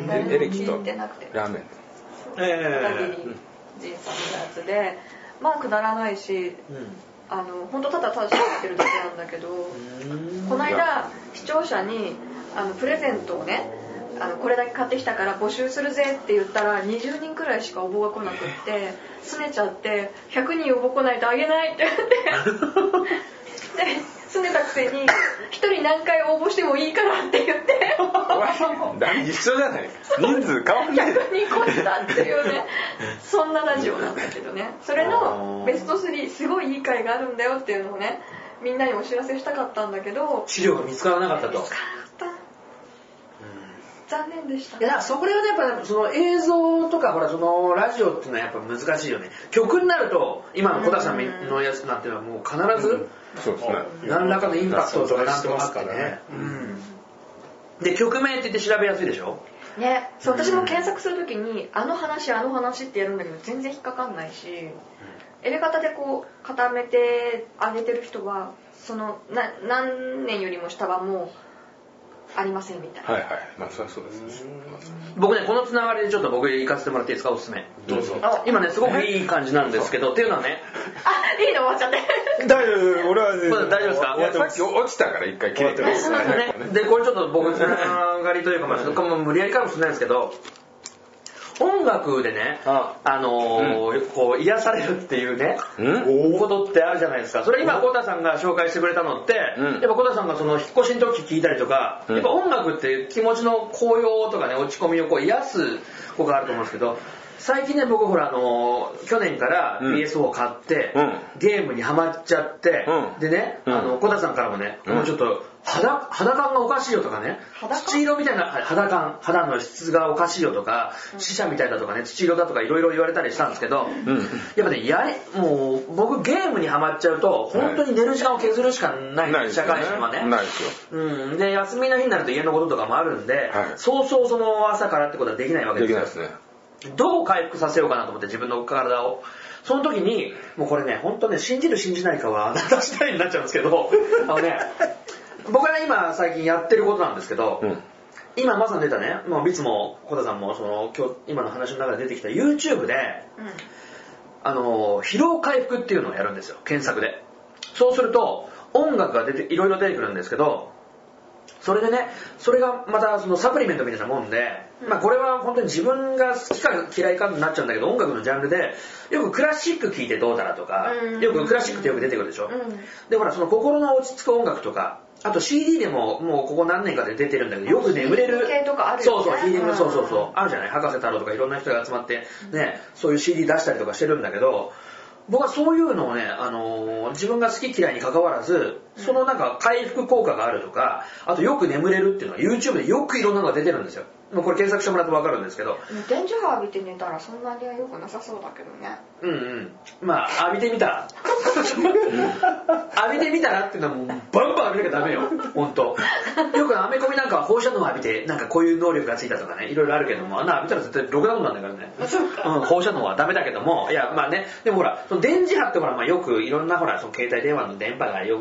エレキとラーメン。 ええ。ジンさんのやつで、まあくだらないし、あの本当ただただ喋ってるだけなんだけど、この間視聴者にあのプレゼントをね。あのこれだけ買ってきたから募集するぜって言ったらにじゅうにんくらいしか応募が来なくって拗ねちゃってひゃくにん応募来ないとあげないって言ってで拗ねたくせにひとり何回応募してもいいからって言って一緒じゃない人数変わんないひゃくにん来したっていうねそんなラジオなんだけどねそれのベストスリーすごいいい回があるんだよっていうのをねみんなにお知らせしたかったんだけど資料が見つからなかったと。 残念でした。 いやそこではねやっぱその映像とかほらそのラジオっていうのはやっぱ難しいよね。曲になると今の小田さんのやつなんていうのはもう必ず何らかのインパクトとかなんとかあってね。で曲名って言って調べやすいでしょ。 ね、そう私も検索するときにあの話あの話ってやるんだけど全然引っかかんないし、エレカタでこう固めてあげてる人はそのな何年よりも下はもうありませんみたいな。 はいはい。まあそりゃそうです。 僕ねこのつながりでちょっと僕行かせてもらっていいですかおすすめ。 どうぞ。 今ねすごくいい感じなんですけどっていうのはね。 あいいの終わっちゃって。 大丈夫俺は、ね、 大丈夫ですか。 いやさっき落ちたから一回切れてますね。 でこれちょっと僕つながりというかまあ無理やりかもしれないですけど。音楽でね、あ、あのーうん、こう癒されるっていうね、うん、ことってあるじゃないですか。それ今コタさんが紹介してくれたのって、うん、やっぱコタさんがその引っ越しの時聞いたりとか、うん、やっぱ音楽って気持ちの高揚とかね落ち込みをこう癒すことがあると思うんですけど。最近ね僕ほらあのー、去年から ピーエスフォー を買って、うん、ゲームにハマっちゃって、うん、でね、うん、あのコタさんからもね、うん、もうちょっと肌肌感がおかしいよとかね土色みたいな肌感肌の質がおかしいよとか、うん、死者みたいだとかね土色だとかいろいろ言われたりしたんですけど、うん、やっぱねやれもう僕ゲームにハマっちゃうと本当に寝る時間を削るしかない、はい、社会人はねないですよ、 うん、で休みの日になると家のこととかもあるんで、はい、そうそうその朝からってことはできないわけですよ。 できないですね。 どう回復させようかなと思って自分の体をその時にもうこれね本当ね信じる信じないかはあなた次第になっちゃうんですけどあのね僕がね今最近やってることなんですけど、うん、今まさに出たねもういつも小田さんもその今日今の話の中で出てきた YouTube で、うん、あの疲労回復っていうのをやるんですよ検索で。そうすると音楽が出ていろいろ出てくるんですけどそれでねそれがまたそのサプリメントみたいなもんで、まあ、これは本当に自分が好きか嫌いかになっちゃうんだけど音楽のジャンルでよくクラシック聴いてどうだらとか、うん、よくクラシックってよく出てくるでしょ、うん、でほらその心の落ち着く音楽とかあと シーディー でももうここ何年かで出てるんだけどよく眠れる系とかあるよね。そうそうヒーリングそうそうそうあるじゃない博士太郎とかいろんな人が集まってねそういう シーディー 出したりとかしてるんだけど僕はそういうのをね、あのー、自分が好き嫌いに関わらずそのなんか回復効果があるとかあとよく眠れるっていうのは YouTube でよくいろんなのが出てるんですよ。もうこれ検索してもらって分かるんですけど電磁波浴びて寝たらそんなにはよくなさそうだけどね。 うんうんまあ浴びてみたら浴びてみたらっていうのはもうバンバン浴びなきゃダメよ本当。よくアメコミなんかは放射能を浴びてなんかこういう能力がついたとかねいろいろあるけどもあんな浴びたら絶対ろくなことなんだからね、うん、放射能はダメだけどもいやまあねでもほらその電磁波ってほら、まあ、よくいろんなほらその携帯電話の電波が良くないとか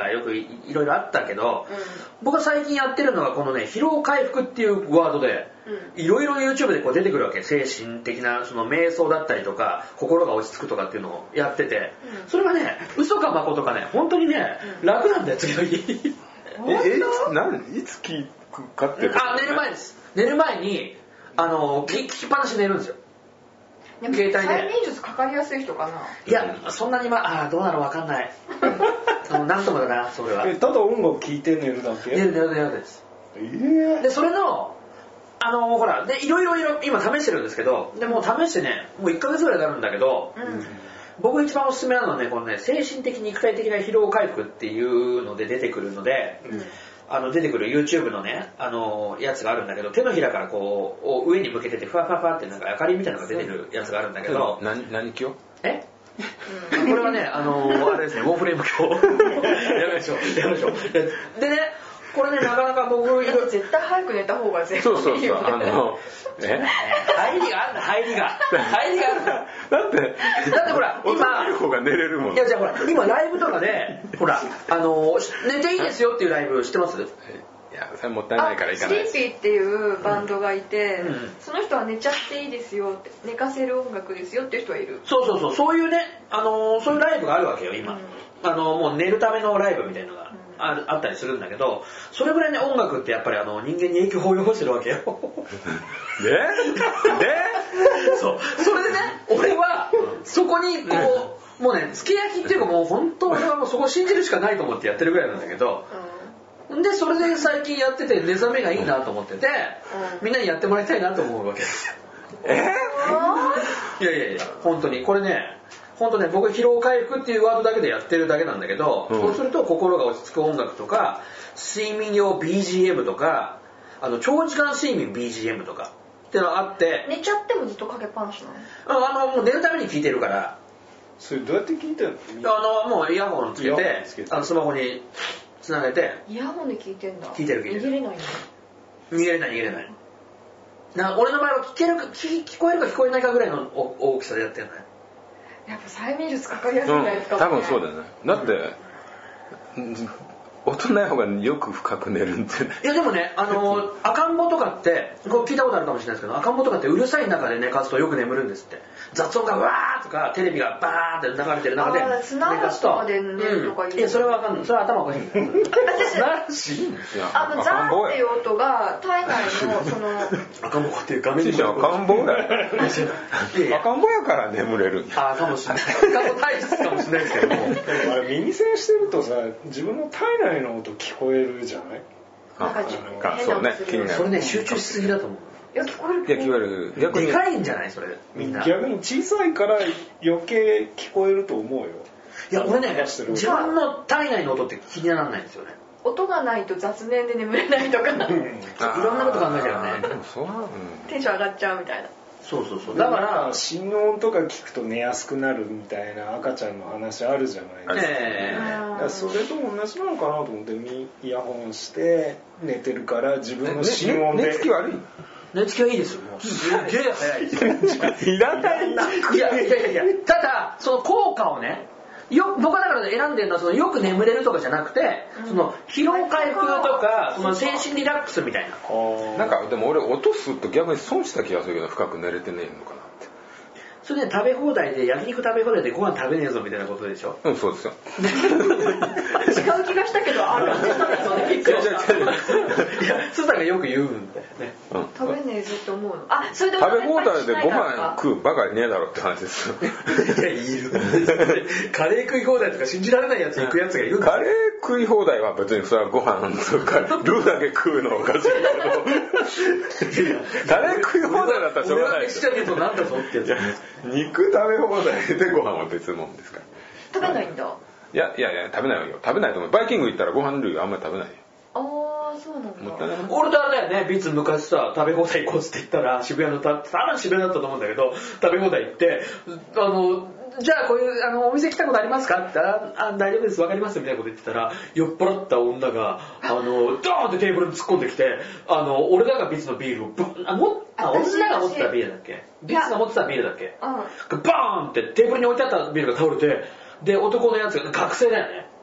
かよく い, いろいろあったけど、うん、僕が最近やってるのはこのね疲労回復っていうワードでいろいろ YouTube でこう出てくるわけ。精神的なその瞑想だったりとか心が落ち着くとかっていうのをやってて、うん、それがね嘘かまことかね本当にね、うん、楽なんだよ次の日ええ何いつ聞くかって、ね、 あ寝る前です。寝る前にあの聞きっぱなし寝るんですよ。 でも催眠術かかりやすい人かな。 いやそんなにまあどうなるわかんないなんともだなそれは。 えただ音楽聴いて寝るだけ。 寝る寝る寝るです。 えー、 でそれのあのほらでいろいろ今試してるんですけど、でもう試してねもういっかげつぐらいになるんだけど、うん、僕一番おすすめなのはねこのね精神的肉体的な疲労回復っていうので出てくるので、うん、あの出てくる YouTube のねあのやつがあるんだけど、手のひらからこう上に向けててふわふわふわってなんか明かりみたいなのが出てるやつがあるんだけど、 うん、何何教？ え？うん、これはねあのあれですねウォーフレーム教やめましょうやめましょう。でねこれねなかなか僕絶対早く寝た方が絶対いいよ、ね、 そうそうそうあのえ入りがあるんだ入りが入りがあるんだだってだってほら今の方が寝れるもん。 いやじゃあほら今ライブとかでほらあの寝ていいですよっていうライブ知ってます？ いやそれもったいないから行かないです。 スリーピーっていうバンドがいて、うん、その人は寝ちゃっていいですよって寝かせる音楽ですよっていう人はいる。 そうそうそうそういうねあのそういうライブがあるわけよ今、うん、あのもう寝るためのライブみたいなのがあるあったりするんだけど、それぐらいね音楽ってやっぱりあの人間に影響を及ぼしてるわけよででそうそれでね俺はそこにこう、うん、もうね付け焼きっていうかもう本当俺はもうそこを信じるしかないと思ってやってるぐらいなんだけど、うん、でそれで最近やってて寝覚めがいいなと思ってて、うん、みんなにやってもらいたいなと思うわけですよ。 えいやいやいや本当にこれね本当ね僕疲労回復っていうワードだけでやってるだけなんだけど、うん、そうすると心が落ち着く音楽とか睡眠用 ビージーエム とかあの長時間睡眠 ビージーエム とかっていうのがあって、 寝ちゃってもずっとかけっぱなしなの？あのもう寝るために聴いてるから。 それどうやって聴いてるの？あのもうイヤホンつけてあのスマホにつなげてイヤホンで聴いてんだ。 聴いてる聴いてる。 逃げれないの？ 逃げれない逃げれない。な俺の場合は聞けるか聞聞こえるか聞こえないかぐらいの大きさでやってるのね。 やっぱ催眠術かかりやすいんじゃないですか、ね、 うん、多分そうだよね。だって、うん、音ない方がよく深く寝るんで。 いやでもねあの赤ん坊とかってこう聞いたことあるかもしれないですけど、赤ん坊とかってうるさい中で寝かすとよく眠るんですって。雑音がわーとかテレビがバーって流れてる中で寝かすと、 で寝るとか言う、 うん、いやそれはわかんない。それは頭おかしい。砂嵐？ あのザーっていう音が体内のその赤ん坊っていう画面に赤ん坊だよ。赤ん坊やから眠れる。 あかもしれない。赤ん坊体質かもしれないですけども。 あれ耳栓してるとさ自分の体内の音聞こえるじゃない？ なんかそうね。 それね集中しすぎだと思う。 いや聞こえる。 いや聞こえる。 逆にでかいんじゃないそれみんな。 逆に小さいから余計聞こえると思うよ。 いや俺ね自分の体内の音って気にならないんですよね。 音がないと雑念で眠れないとか、うん、いろんなこと考えちゃうね。 そう、うん、 テンション上がっちゃうみたいな。 そうそうそうだから心音とか聞くと寝やすくなるみたいな赤ちゃんの話あるじゃないですか、 えー、だからそれと同じなのかなと思ってイヤホンして寝てるから自分の心音で、 ね、寝つき悪い？ 寝つきはいいですよ。もうすっげえ早い。 いらないな。 いやいやいやただその効果をねよ僕はだから選んでるのはそのよく眠れるとかじゃなくて、うん、その疲労回復とかその精神リラックスみたいな。 なんかでも俺落とすと逆に損した気がするけど深く寝れてねえのかなって。 それね食べ放題で焼肉食べ放題でご飯食べねえぞみたいなことでしょ。 うんそうですよ。 違う気がしたけどあるある。 いやスーさんがよく言うんだよね。 うん、食べねえぞって思うの。あそれで食べ放題でご飯食うバカいねえだろって話ですよ。 いやいる。カレー食い放題とか信じられないやつ行くやつがいるんだ。 カレー食い放題は別にそれはご飯とかルーだけ食うのおかしいけど。カレー食い放題だったらしょうがないですよ。 俺は飯だけどなんだぞってやつ。 肉食べ放題でご飯は別もんですから。 食べないんだ。 いやいやいや食べないよ。食べないと思う。バイキング行ったらご飯類あんまり食べないよ。 ああそうなんだ。 もったいない。 俺とあれだよね。ビッツ昔さ食べ放題行こうって言ったら渋谷のた多分渋谷だったと思うんだけど食べ放題行ってあのじゃあこういうあのお店来たことありますかって言ったらあ大丈夫ですわかりますみたいなこと言ってたら酔っ払った女があのドーンってテーブルに突っ込んできてあの俺らがビッツのビールをブンあもあ女が持ってたビールだっけビッツが持ってたビールだっけ、うん、バーンってテーブルに置いてあったビールが倒れてで男のやつが学生だよね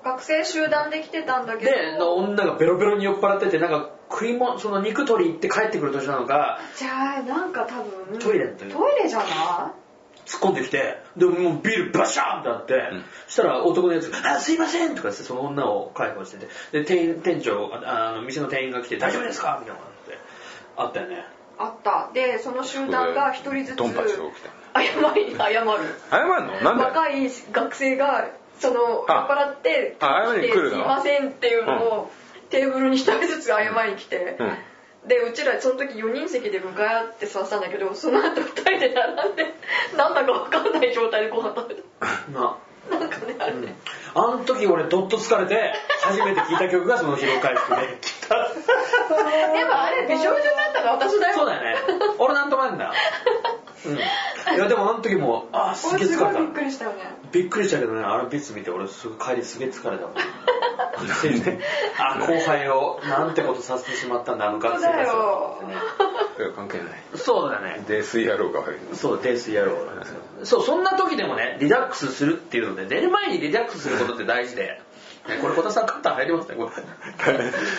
学生集団で来てたんだけどで女がベロベロに酔っ払っててなんか食い物その肉取り行って帰ってくる途中なのかじゃあなんか多分トイレトイレトイレじゃない突っ込んできてでもうビールバシャーンってあって、うん、そしたら男のやつが「あすいません」とかってその女を介抱しててで 店, 店長あの店の店員が来て「大丈夫ですか?」みたいなのがあってあったよねあったでその集団が一人ずつドンパチが起きた謝り謝る謝るのなんで若い学生がその酔っ払って謝りに来るのすいませんっていうのを、うん、テーブルに一人ずつ謝りに来て、うんでうちらその時よにん席で向かい合って座ってたんだけどその後ふたりで並んでなんだか分かんない状態でご飯食べたななんかねあれね、 うん、あの時俺どっと疲れて初めて聴いた曲がその疲労回復で来たでもあれびしょびしょになったの私だよそうだよね俺なんともないんだうん、いやでもあの時もあすげえ疲れたびっくりしたよねびっくりしたけどねあのビッツ見て俺すぐ帰りすげえ疲れたもんあ後輩をなんてことさせてしまったんだあの学生だよ関係ないそうだね泥酔野郎が入るそう泥酔野郎なんですよそうそんな時でもねリラックスするっていうので寝る前にリラックスすることって大事でこれ小田さんカッター入りますねこれ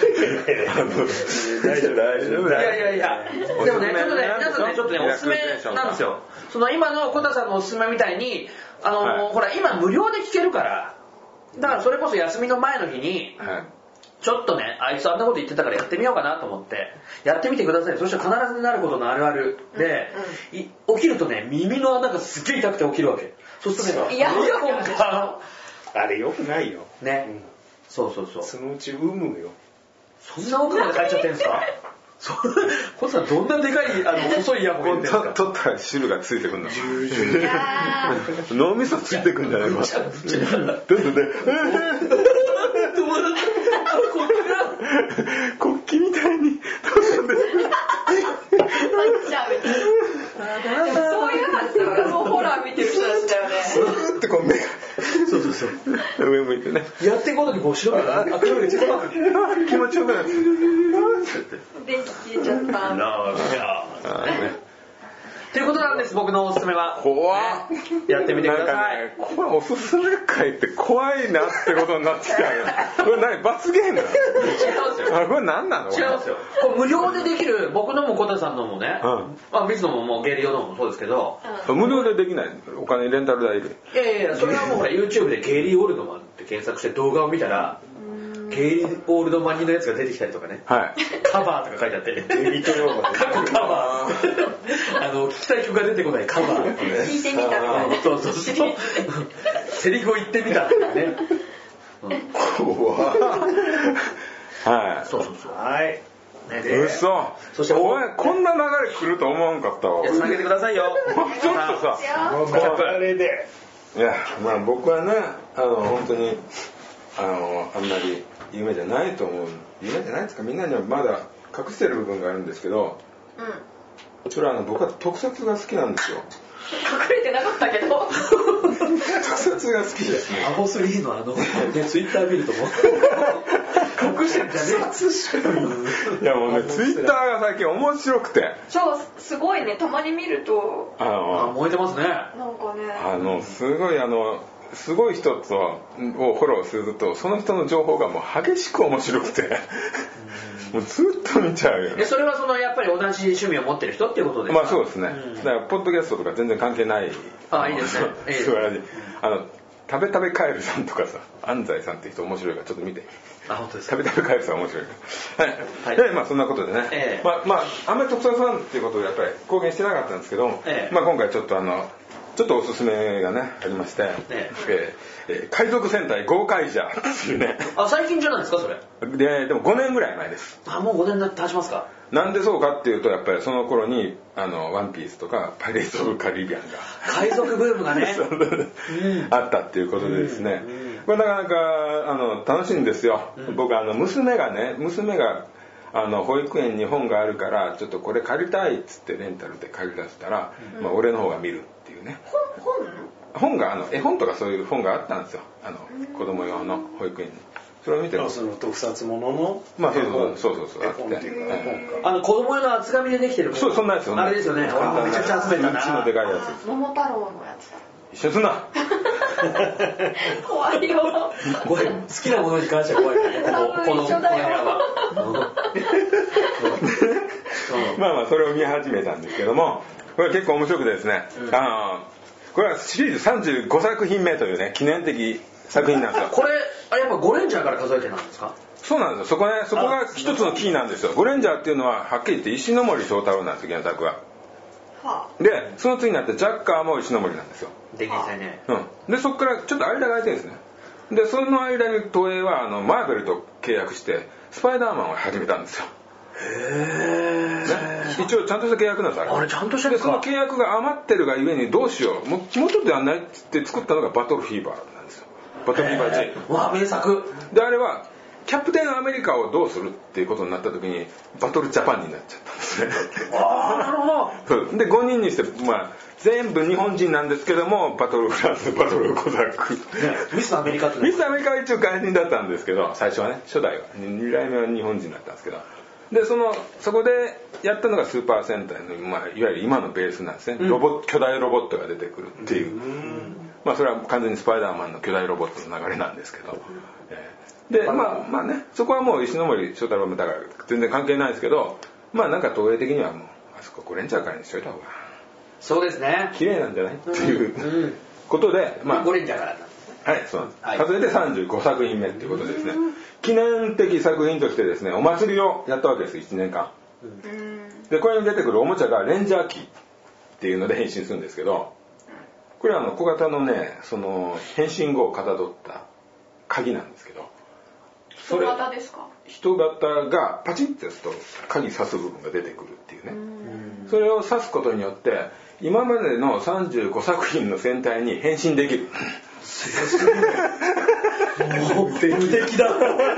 大丈夫大丈夫いやいやいやでもねちょっとね皆さんねちょっとねおすすめなんですよその今の小田さんのおすすめみたいにあの、はい、ほら今無料で聞けるからだからそれこそ休みの前の日に、はい、ちょっとねあいつあんなこと言ってたからやってみようかなと思ってやってみてくださいそしたら必ずなることのあるあるで、うんうん、起きるとね耳の穴がすっげえ痛くて起きるわけそうするとねイヤホンがあれよくないよね、うん、そうそうそうそのうち産むよそんな奥まで帰っちゃってんすかそこさんどんなでかいあの細いイヤホン取ったら汁がついてくるの脳みそついてくんじゃないかどんどんね国旗みたいにどんどんそういう話はもうホラー見てる人たちだよねスーってこう目がそうそうそう上向いてねやっていくことにこう白いあ黒い気持ちよくなる電気消えちゃったなあということなんです僕のおすすめは怖っやってみてください、 ね、これおすすめ会って怖いなってことになってきたよこれ何罰ゲームなの違いますよあこれ何なの違いますよこれ無料でできる僕のも小田さんのもね、うんまあ、水野ももうゲリオのもそうですけど、 うん、無料でできないお金レンタル代でいやいやいやそれはもうほら YouTube でゲリー・オールドマンって検索して動画を見たらゲリー・オールドマンのやつが出てきたりとかね、はい、カバーとか書いてあってゲリト用語で過去カバーあの聞きたい曲が出てこないカバーって聞いてみたみたいなそうそうそうセリフを言ってみたっていうね、 うん、怖はいそうそうそうはいうそそしてお前こんな流れ来ると思わんかったわつなげてくださいよちょっとさあれでいやまあ僕はねあの本当にあのあんまり有名じゃないと思う有名じゃないですかみんなにはまだ隠してる部分があるんですけど、うん、それはあの僕は特撮が好きなんですよ隠れてなかったけど特撮が好きですねアホスリーのあのねツイッター見るとも隠してるじゃねえいやもうねツイッターが最近面白くてそうすごいねたまに見るとあのあ燃えてますねなんかねあのすごいあのすごい人とをフォローするとその人の情報がもう激しく面白くてもうずっと見ちゃうよねそれはそのやっぱり同じ趣味を持ってる人っていうことですかまあそうですね、うん、だからポッドキャストとか全然関係ないあいいですね素晴らしいあの食べ食べカエルさんとかさ安西さんって人面白いからちょっと見てあ本当ですか食べ食べカエルさん面白いからはい、はい、でまあそんなことでね、えー、まあまああんまり特撮ファンっていうことをやっぱり公言してなかったんですけど、えー、まあ今回ちょっとあのちょっとおすすめがねありまして、ねえーえー、海賊戦隊ゴーカイジャーっていうねあ最近じゃないですかそれででもごねんぐらい前ですあもうごねん経ちますかなんでそうかっていうとやっぱりその頃にあのワンピースとかパイレーツ・オブ・カリビアンが海賊ブームがねあったっていうことでですね、うんうん、これなかなかあの楽しいんですよ、うん、僕あの娘がね娘があの保育園に本があるからちょっとこれ借りたいっつってレンタルで借り出したら、うんまあ、俺の方が見るっていうね本本があの絵本とかそういう本があったんですよあの子供用の保育園にそれを見てるその特撮もののまあそうそうそうそうそう絵本っていうかあの子供用の厚紙でできてるそうそんなやつよあれですよねめちゃくちゃ集めたなうちのでかいやつ桃太郎のやつだ一緒すんな怖いよ。 怖い。好きなものに関しては怖いね。このこの部屋は。 まあまあそれを見始めたんですけども、これ結構面白くてですね、うん、あのこれはシリーズさんじゅうごさく品目というね記念的作品なんですよ。 これあれやっぱゴレンジャーから数えてなんですか？ そうなんですよ。そこね、そこが一つのキーなんですよ。ゴレンジャーっていうのははっきり言って石ノ森章太郎なんですよ、原作は。はあ、でその次になってジャッカーも石ノ森なんですよ。 できましたね。 うん。でそこからちょっと間が空いてるんですね。でその間に東映はあのマーベルと契約してスパイダーマンを始めたんですよ。へー、ね、一応ちゃんとした契約なんです。 あれちゃんとしたんですか。でその契約が余ってるがゆえにどうしよう、もうもうちょっとやんないって作ったのがバトルフィーバーなんですよ。バトルフィーバーじゅう。 わあ名作であれはキャプテンアメリカをどうするっていうことになった時にバトルジャパンになっちゃったんですね。 ああなるほど。でごにんにして、まあ、全部日本人なんですけどもバトルフランスバトルコザック、ね、 ミスアメリカってミスアメリカは一応外人だったんですけど最初はね初代はに代目は日本人だったんですけどでそのそこでやったのがスーパー戦隊の、まあ、いわゆる今のベースなんですね、うん、ロボ巨大ロボットが出てくるっていう、うん、まあそれは完全にスパイダーマンの巨大ロボットの流れなんですけど、えー、でまあまあねそこはもう石ノ森章太郎もだから全然関係ないですけどまあなんか東映的にはもうあそこゴレンジャーからにしといた方がそうですね綺麗なんじゃないっていう、ことで、 まあゴレンジャーからはいそうなんです、はい、数えてさんじゅうごさく品目っていうことですね。記念的作品としてですねお祭りをやったわけですいちねんかんでこれに出てくるおもちゃがレンジャー機っていうので変身するんですけどこれはあの小型のねその変身後をかたどった鍵なんですけど人型ですか？ 人型がパチンってやつと鍵刺す部分が出てくるっていうねそれを刺すことによって今までのさんじゅうごさく品の戦隊に変身できる目的だ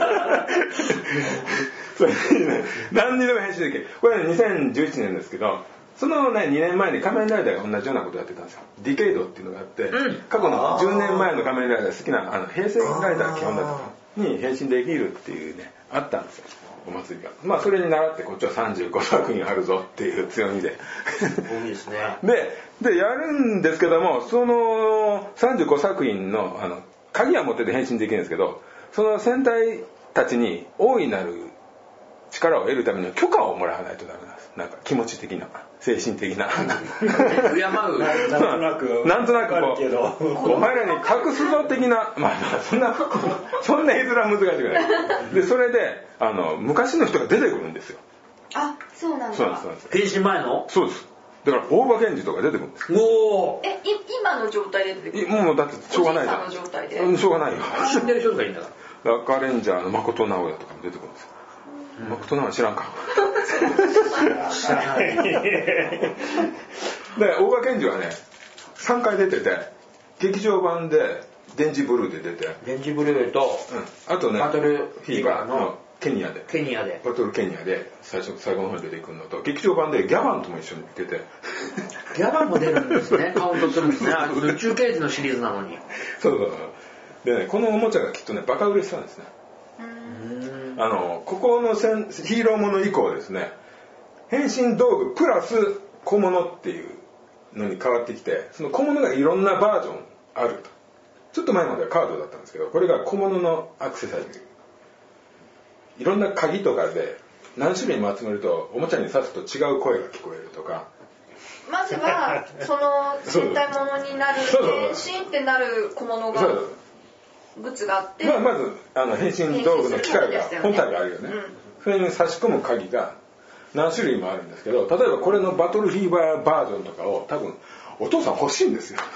それにね何にでも変身できる。これは、ね、にせんじゅういちねんですけどそのねにねんまえに仮面ライダーが同じようなことをやってたんですよ。ディケイドっていうのがあって、うん、過去のじゅうねんまえの仮面ライダー好きなあの平成ライダー基本だったに変身できるっていうねあったんですよお祭りが。まあそれに倣ってこっちはさんじゅうごさく品あるぞっていう強みで多いですねででやるんですけどもそのさんじゅうごさく品のあの鍵は持ってて変身できるんですけどその戦隊たちに大いなる力を得るためには許可をもらわないとダメなんです。なんか気持ち的な精神的な敬うなんとなくなんとなくこうお前らに隠すぞ的なまあそんなそんな絵面難しくないでそれであの昔の人が出てくるんですよ。 あそうなんだ。 そうなんです。 変身前のそうです。だから大場健二とか出てくるんです。 おえい今の状態で出てくる。 もうだってしょうがないじゃん。 おじいさんの状態で。 うんしょうがないよ。 死んでる人とかいいんだから。 ラカレンジャーの誠直哉とかも出てくるんですよ。うん、誠直哉知らんか。 知らない。 で大場健二はねさんかい出てて劇場版でデンジブルーで出てデンジブルーと、 うん、あとねバトルフィーバーのケニアでケニアでバトルケニアで最初最後の方に出てくるのと劇場版でギャバンとも一緒に出てギャバンも出るんですねカウントするんですね宇宙刑事のシリーズなのにそうそうでねこのおもちゃがきっとねバカ売れしたんですね。あのここのヒーローもの以降ですね変身道具プラス小物っていうのに変わってきてその小物がいろんなバージョンあると。ちょっと前まではカードだったんですけどこれが小物のアクセサリーいろんな鍵とかで何種類も集めるとおもちゃに刺すと違う声が聞こえるとかまずはその戦隊ものになる変身ってなる小物がグッズがあって、 まあ、まずあの変身道具の機械が本体があるよね、うん、それに差し込む鍵が何種類もあるんですけど例えばこれのバトルフィーバーバージョンとかを多分お父さん欲しいんですよ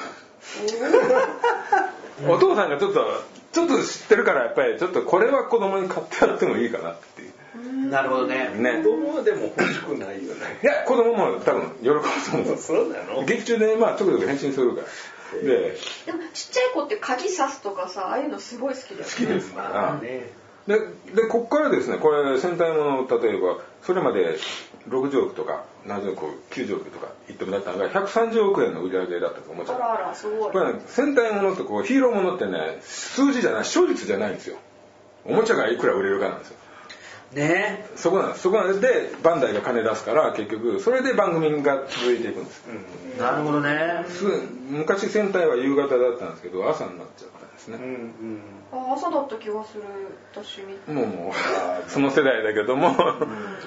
お父さんがちょっとちょっと知ってるからやっぱりちょっとこれは子供に買ってやってもいいかなっていう。 なるほどね。 ね。 子供はでも欲しくないよね。 いや子供も多分喜ぶと思う。 そうなの？ 劇中でまあちょくちょく変身するから。で。 でもちっちゃい子って鍵刺すとかさああいうのすごい好きだよね。 好きですから。 ね。 ででこっからですねこれ戦隊もの例えばそれまでろくじゅうおくとかななじゅうおくきゅうじゅうおくとかいってもだったのがひゃくさんじゅうおくえんの売り上げだったと思っちゃう。 あらあらすごい。 これ、ね、戦隊ものってこうヒーローものってね数字じゃない視聴率じゃないんですよ。おもちゃがいくら売れるかなんですよ。 ね、 そこなんです。そこなんでバンダイが金出すから結局それで番組が続いていくんです、 うん、なるほどね。 昔戦隊は夕方だったんですけど朝になっちゃったんですね、うんうん、 あ朝だった気がする私見てもうもうその世代だけども、うん、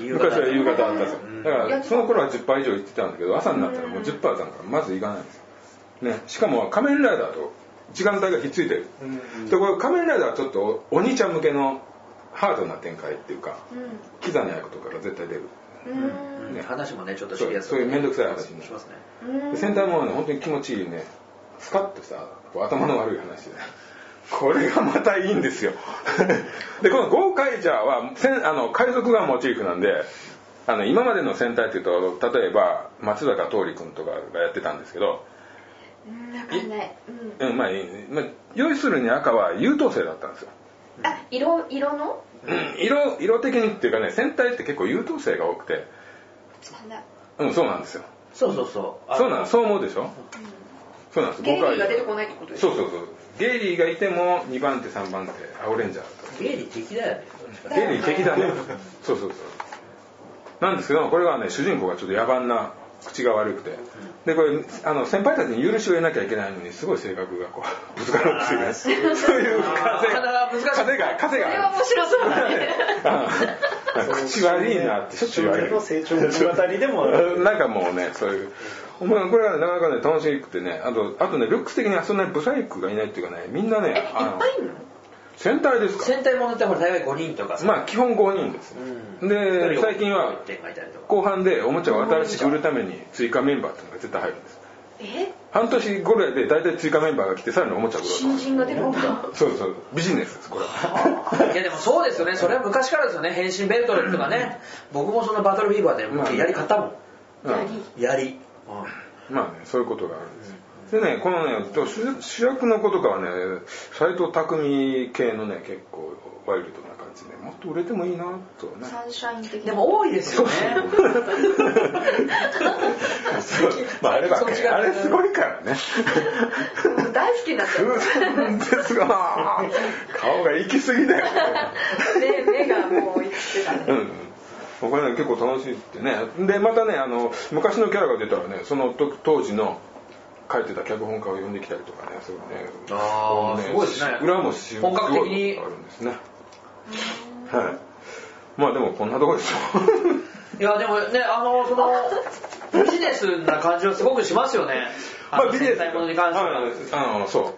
昔は夕方だったんですよ、うん、だからその頃は じゅっパーセント 以上行ってたんだけど朝になったらもう じゅっパーセント だからまず行かないんですよ、ね、しかも仮面ライダーと時間帯がひっついてる、うんうん、でこれ仮面ライダーはちょっとお兄ちゃん向けのハードな展開っていうか、うん、キザな役とかが絶対出る、 うんね、話もねちょっとシリアス、 そういう面倒くさい話にしますね。戦隊ものはね本当に気持ちいいねスカッとした頭の悪い話で、ね、これがまたいいんですよでこのゴーカイジャーはあの海賊がモチーフなんで、あの今までの戦隊っていうと例えば松坂桃李君とかがやってたんですけど、 うん分かんない、 うんうんまあまあ、要するに赤は優等生だったんですよ。 あ、色、色の、 うん、色、色的にっていうかね、戦隊って結構優等生が多くて、うん、そうなんですよ。 そうそうそうそうなんそう思うでしょ、うん、そうなんです。 ゲイリーが出てこないってことですか。 そうそうそう。ゲイリーがいてもにばん手さんばん手青レンジャー。 ゲイリー敵だよね。 ゲイリー敵だねそうそうそう。なんですけどこれがね主人公がちょっと野蛮な口が悪くて、でこれあの先輩たちに許しを得なきゃいけないのにすごい性格がこうぶつかるんですよね。そういう風風が風がある。それは面白そうだね。 口悪いなってしょっちゅう言われる。 の成長物語でもなんかもうねそういう。これはなかなかね楽しくてね、あとあとねルックス的にはそんなにブサイクがいないっていうかね、みんなねえいっぱいいるの？ 戦隊ですか。 戦隊ものってほら大概ごにんとかさ。 まあ基本ごにんです、うん、で最近は後半でおもちゃを新しく売るために追加メンバーっていうのが絶対入るんです。 え半年ぐらいで大体追加メンバーが来てさらにおもちゃを売る。 新人が出るんだ。 そうそうビジネスですこれは。 いやでもそうですよね、それは昔からですよね。変身ベルトとかね、僕もそのバトルフィーバーでもうやり買ったもん、 うん、 やり、 うん、まあねそういうことがあるんです、うん、でねこのね主役の子とかはね斎藤工系のね結構ワイルドな感じでもっと売れてもいいなとね。 サンシャイン的でも多いですよね。 まああればねあれすごいからね。 大好きになっちゃう。 ですが顔が行き過ぎだよね。 目目がもう行ってたね。うんこれね結構楽しいってね。でまたねあの昔のキャラが出たらねその当時の書いてた脚本家を呼んできたりとかねそういうね。 ああ、ね、すごいですね。 裏も本格的にあるんですね。はい。まあでもこんなとこですよ。 いやでもねあのそのビジネスな感じはすごくしますよね。 まあビジネス戦隊ものに関しては。 あのそう。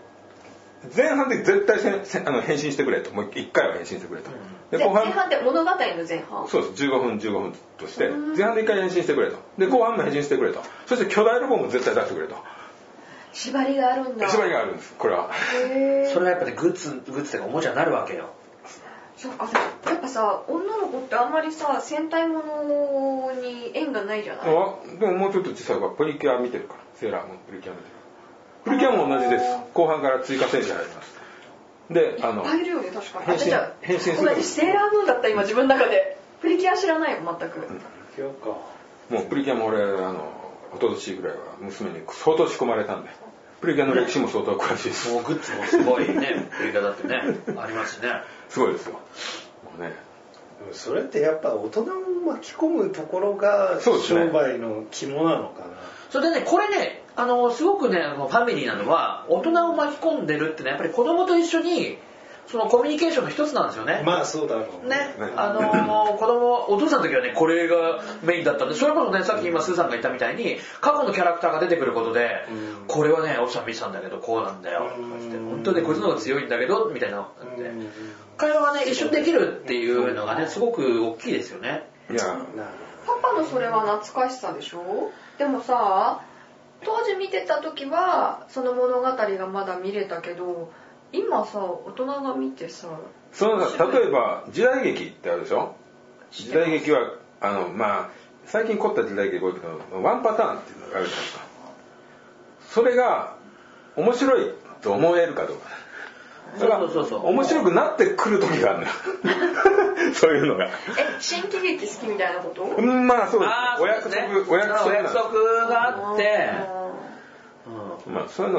前半で絶対せせあの変身してくれともう一回は変身してくれと。 うん、で後半前半って物語の前半。 そうですじゅうごふんじゅうごふんとして前半で一回変身してくれと。で後半も変身してくれと。そして巨大ロボも絶対出してくれと。 縛りがあるんだ。 縛りがあるんですこれは。 へそれはやっぱりグッズグッズとかおもちゃになるわけよ。 そうかやっぱさ女の子ってあんまりさ戦隊ものに縁がないじゃない。 あでももうちょっと小さい子はプリキュア見てるからセーラームーンプリキュア見てるプリキュアも同じです。後半から追加戦士入ります。であのいっぱいいるよね確かに。 変身変身する。 同じセーラームーンだった今自分の中でプリキュア知らないよ全く。プリキュアか。 もうプリキュアも俺あの一昨年ぐらいは娘に相当仕込まれたんで。プリキュアの歴史も相当詳しいです。 もうグッズもすごいね。プリキュアだってねありますしね。 すごいですよ。もうね。 それってやっぱ大人を巻き込むところが商売の肝なのかな。 それでねこれねあのすごくねファミリーなのは大人を巻き込んでるってねやっぱり子供と一緒にそのコミュニケーションの一つなんですよね。 まあそうだろうね。あの子供お父さんの時はねこれがメインだったんでそれこそねさっき今スーさんが言ったみたいに過去のキャラクターが出てくることで、うん、これはね奥さん見てたんだけどこうなんだよとかって本当にこいつの方が強いんだけどみたいなので、うん、会話がね一緒にできるっていうのがねすごく大きいですよね。 いやパパのそれは懐かしさでしょ。でもさ当時見てた時はその物語がまだ見れたけど今さ大人が見てさその例えば時代劇ってあるでしょ。時代劇はあのまあ最近凝った時代劇多いけどワンパターンっていうのがあるじゃないですか。それが面白いと思えるかどうか。 そうそうそうそう面白くなってくる時があるのよ。そういうのが。 え新喜劇好きみたいなこと？ うんまあそうです。お約束、 ね、お約束お約束があって。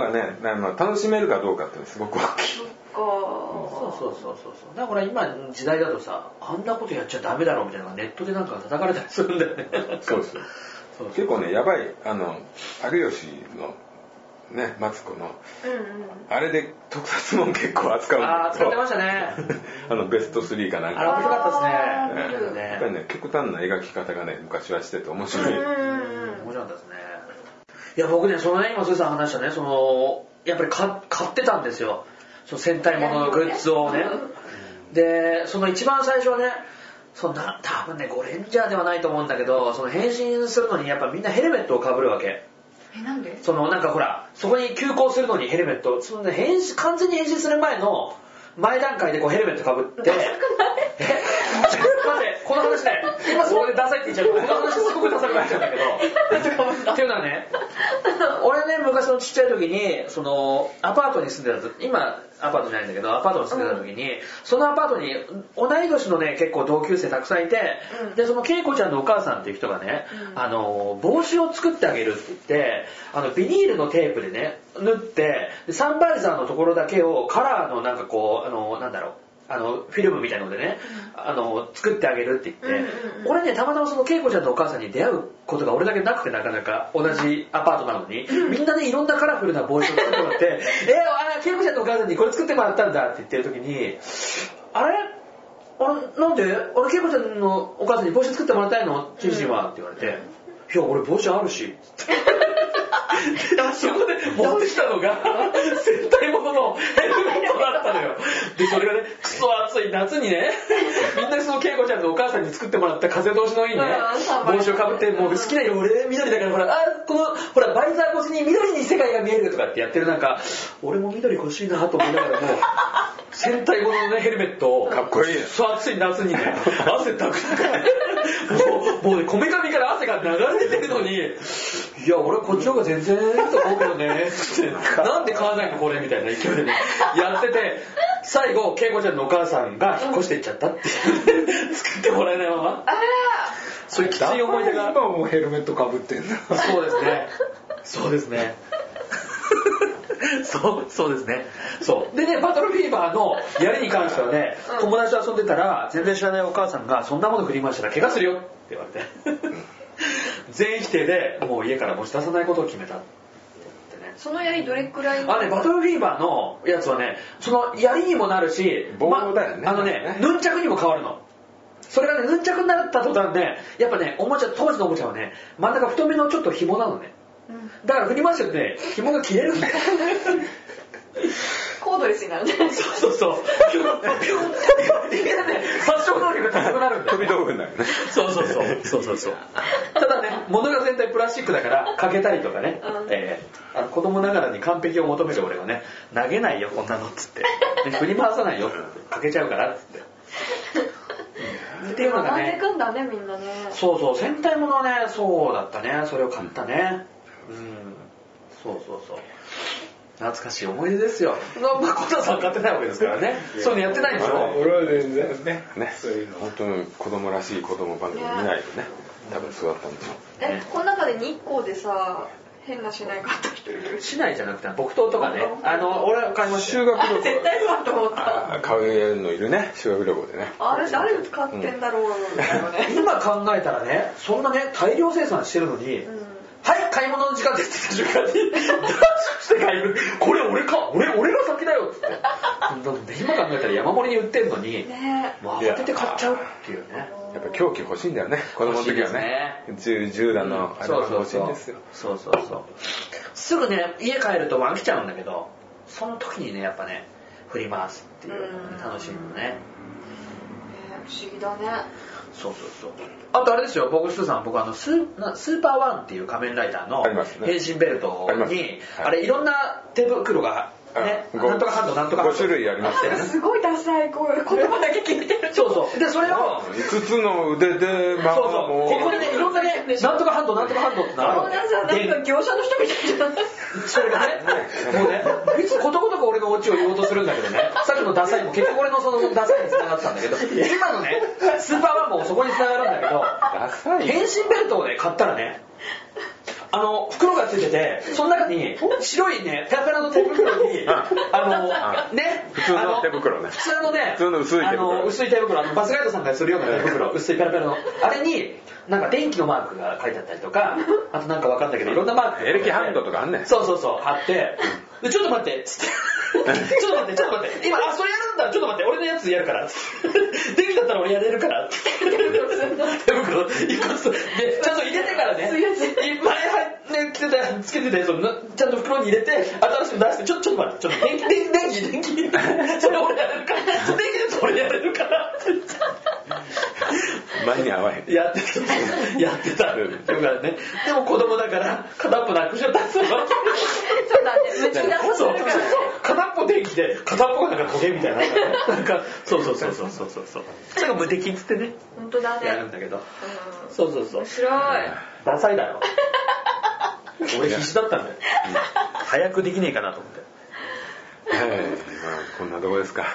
うんまあ、そういうのがね、まあ、楽しめるかどうかってすごく大きい。 そうそうそうそうだから今時代だとさあんなことやっちゃダメだろうみたいなのがネットでなんか叩かれたりするんだよねそうです結構ねやばいあの有吉のねマツコの、うんうん、あれで特撮も結構扱うんだけどあ扱ってましたねあのベストスリーかなんかあれ面白かったですねやっぱりね極端な描き方がね昔はしてて面白い面白かったですねいや僕ねそのね今スーさん話したねそのやっぱり買ってたんですよその戦隊もののグッズをねでその一番最初はねそんな多分ねゴレンジャーではないと思うんだけどその変身するのにやっぱみんなヘルメットをかぶるわけえなんでそのなんかほらそこに急行するのにヘルメットその、ね、変身完全に変身する前の前段階でこうヘルメットかぶってえ待ってこの話ね今そこでダサいって言っちゃうこの話すごくダサくなっちゃうんだけどっていうのはね俺ね昔のちっちゃい時にそのアパートに住んでた今アパートじゃないんだけどアパートに住んでた時に、うん、そのアパートに同い年のね結構同級生たくさんいて、うん、でその恵子ちゃんのお母さんっていう人がね、うん、あの帽子を作ってあげるって言ってあのビニールのテープでね縫ってでサンバイザーのところだけをカラーのなんかこうあのなんだろうあのフィルムみたいなのでね、うん、あの作ってあげるって言って、うんうんうん、俺ねたまたまその恵子ちゃんのお母さんに出会うことが俺だけなくてなかなか同じアパートなのに、うん、みんなねいろんなカラフルな帽子を作ってもらって「えー、恵子ちゃんのお母さんにこれ作ってもらったんだ」って言ってる時に「あれあれなんで俺恵子ちゃんのお母さんに帽子作ってもらいたいのチンシンは」って言われて「いや俺帽子あるし」そこで持ってきたのが戦隊もののヘルメットだったのよでそれがねクソ暑い夏にねみんなその恵子ちゃんのお母さんに作ってもらった風通しのいいね帽子をかぶってもう好きな色俺緑だからほらあこのほらバイザー越しに緑に世界が見えるとかってやってるなんか俺も緑欲しいなと思いながらも戦隊もののねヘルメットをかっこいいクソ暑い夏にね汗だくだくもうもうねこめかみから汗が流れてるのにいや俺こっちの方が全然いいと思うけどねってなんで買わないのこれみたいな勢いでねやってて最後恵子ちゃんのお母さんが引っ越していっちゃったって作ってもらえないままあらそういうきつい思い出が今もヘルメットかぶってんだそうですねそうですねそうそうですねそうでねバトルフィーバーの槍に関してはね、うん、友達と遊んでたら全然知らないお母さんがそんなもの振り回したら怪我するよって言われて全否定でもう家から持ち出さないことを決めたってねその槍どれくらいあねバトルフィーバーのやつはねその槍にもなるし棒だよね、 ま、あのねヌンチャクにも変わるのそれがねヌンチャクになった途端ねやっぱねおもちゃ当時のおもちゃはね真ん中太めのちょっと紐なのねだから振り回してるとね紐が切れるんだよコードレスになるねそうそうそうピュンピュンピュンって発色能力が高くなるんだよ、 ね、飛び道具になるねそうそうそうそうそうそうただね物が全体プラスチックだからかけたりとかね、うんえー、あの子供ながらに完璧を求める俺はね投げないよこんなのっつって、ね、振り回さないよかけちゃうからっつってっていうのがね学んでくんだねみんなねそうそう戦隊ものはねそうだったねそれを買ったねうん、そうそうそう懐かしい思い出ですよまあ小田さん買ってないわけですからねそういうのやってないんでしょ俺は全然ねねそういうの本当に子供らしい子供番組見ないとね多分育ったんでしょうえこの中で日光でさ変なしないかった人いるしないじゃなくて木刀とかねあの俺は買いました修学旅行絶対そうだと思った買うのいるね修学旅行でねあれ誰が使ってんだろう、うん、 今考えたらねそんなね大量生産してるのに、うんはい買い物の時間ですって瞬間にダッシュして買えるこれ俺か俺俺が先だよっつって今考えたら山盛りに売ってんのに、ね、もう慌てて買っちゃうっていうねやっぱ凶器欲しいんだよね子供の時はね銃弾のあれが欲しいんですよそうそうそうすぐね家帰ると飽きちゃうんだけどその時にねやっぱね振り回すっていうのが、ね、楽しいのね、 不思議だねそうそうそうあとあれですよ僕スーさん僕あのスー、スーパーワンっていう仮面ライダーの変身ベルトに あ,、ねはい、あれいろんな手袋がね、なんとかハンドなんとかハンドご種類ありましたよねすごいダサいこういう言葉だけ聞いてるそうそうでそれをいつつの腕でまあそうそうここにねいろんなねなんとかハンドなんとかハンドってなるのなんか業者の人みたいじゃないそれがねもうねいつことごとく俺のオチを言おうとするんだけどねさっきのダサいも結局俺のそのダサいに繋がってたんだけど今のねスーパーワンもそこに繋がるんだけど変身ベルトをね買ったらねあの袋がついてて、その中に白いねペラペラの手袋にあのね普通の手袋ね、 普通のね普通の薄い手袋、 あの薄い手袋、あのバスガイドさんがするような手袋、薄いペラペラのあれになんか電気のマークが書いてあったりとか、あとなんかわかんないけどいろんなマーク、 エレキハンドとかあんねん。 そうそうそう貼ってで、ちょっと待ってつってちょっと待ってちょっと待って今あそれやるんだ、ちょっと待って俺のやつやるから電気だったら俺やれるから手袋一個ずつでちゃんと入れてからね、前入って着てたつけてたやつをちゃんと袋に入れて新しく出して、ちょちょっと待ってちょっと電気電気電気それ俺やれるから電気でそれやれるから前に合わへんやってたやってただからね。でも子供だから片っぽなくしちゃったんですよ。 そうだね、夢中だったそう片っぽ電気で片っぽがなんかトゲみたいななんかそうそうそうそうそうそうそうそれが無敵っつってね、 本当だね、 やるんだけど、 うん、 そうそうそう、 面白い。 ダサいだろ俺必死だったんだよ、うん、早くできねえかなと思ってはい、まあこんなとこですか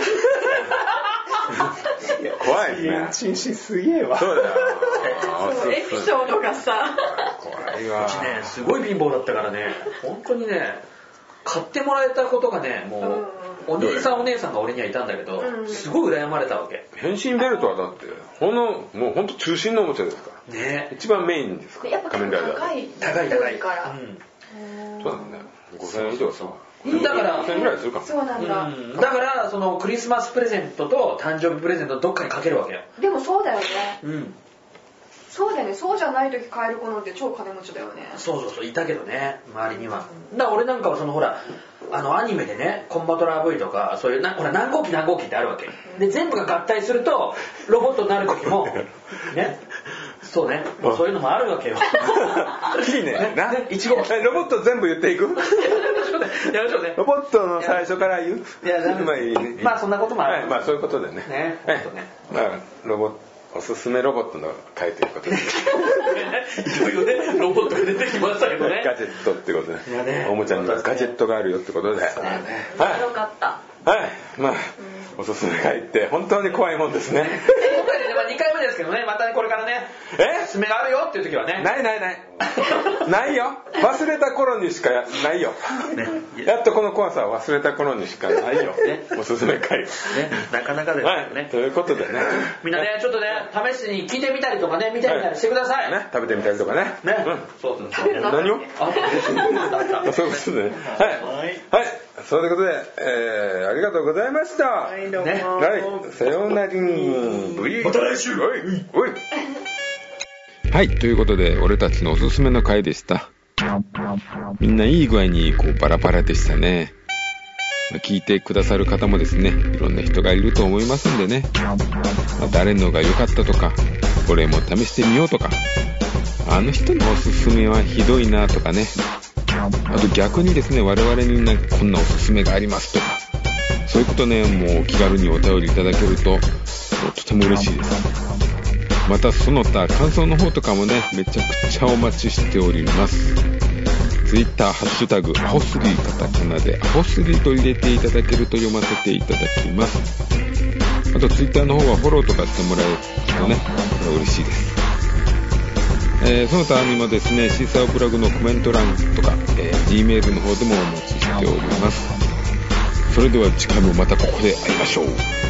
いや怖いですね。 チンシンすげえわ。 そうだよ。 そうエピソードがさ怖いわ。 うちねすごい貧乏だったからね、本当にね買ってもらえたことがね、もう、うん、お兄さんお姉さんが俺にはいたんだけど、うん、すごい羨まれたわけ。 変身ベルトはだってほんのもう本当中心のおもちゃですからね。一番メインですから。 やっぱ仮面ライダー高い高い高いから、 うん、そうだね。ごせんえん以上さ。 だからごせんえんぐらいするかも。 そうなんだ、うん、 だからそのクリスマスプレゼントと誕生日プレゼントどっかにかけるわけよ。 でもそうだよね、 うん、 そうだよね。そうじゃない時買える子なんて超金持ちだよね。 そうそうそう、いたけどね周りには。だから俺なんかはそのほらあのアニメでねコンバトラー V とかそういうなほら何号機何号機ってあるわけで、全部が合体するとロボットになる時もねそうね、もうそういうのもあるわけよいいねな、 ね、いち号機ロボット全部言っていくやめましょうね。 ロボットの最初から言う。 いやまあいいね。まあそんなこともある。 はい、まあそういうことでね。 ね、 はい、ね。まあロボットおすすめロボットの回ということで。 いろいろねロボットが出てきましたけどね。 ガジェットってことで。ね、おもちゃにはガジェットがあるよってことで。 そうだね。はい。よかった。 はい。まあ、うん、おすすめ回って本当に怖いもんですね。 今回で、まあ、にかいめですけどね、またこれからね、 えおすすめがあるよっていう時はね。 ないないない。ないよ。忘れた頃にしかないよ。ね、やっとこの怖さは忘れた頃にしかないよ。ね、おすすめ回。ね、 なかなかですよね、 はい。ということでね。 みんなね、ちょっとね、試しに聞いてみたりとかね、見てみたりしてください。 はい、ね、食べてみたりとかね。 ね。うん、そうそうそう。 何を？あ、そういうことでね。はい。はい。そういうことで、えー、ありがとうございました。はい、どうも。はい、さようなら。 また来週。 はい。おい。はい、ということで、俺たちのおすすめの回でした。みんないい具合にこうバラバラでしたね。聞いてくださる方もですね、いろんな人がいると思いますんでね、まあ、誰のが良かったとか、これも試してみようとか、あの人のおすすめはひどいなとかね、あと逆にですね、我々になんかこんなおすすめがありますとか、そういうことね、もう気軽にお便りいただけるととても嬉しいです。またその他感想の方とかもね、めちゃくちゃお待ちしております。ツイッターハッシュタグアホスリーカタカナでアホスリーと入れていただけると読ませていただきます。あとツイッターの方はフォローとかしてもらえるとね、これは嬉しいです。えー、その他にもですね、シーサーブログのコメント欄とか、えー、G メールの方でもお待ちしております。それでは次回もまたここで会いましょう。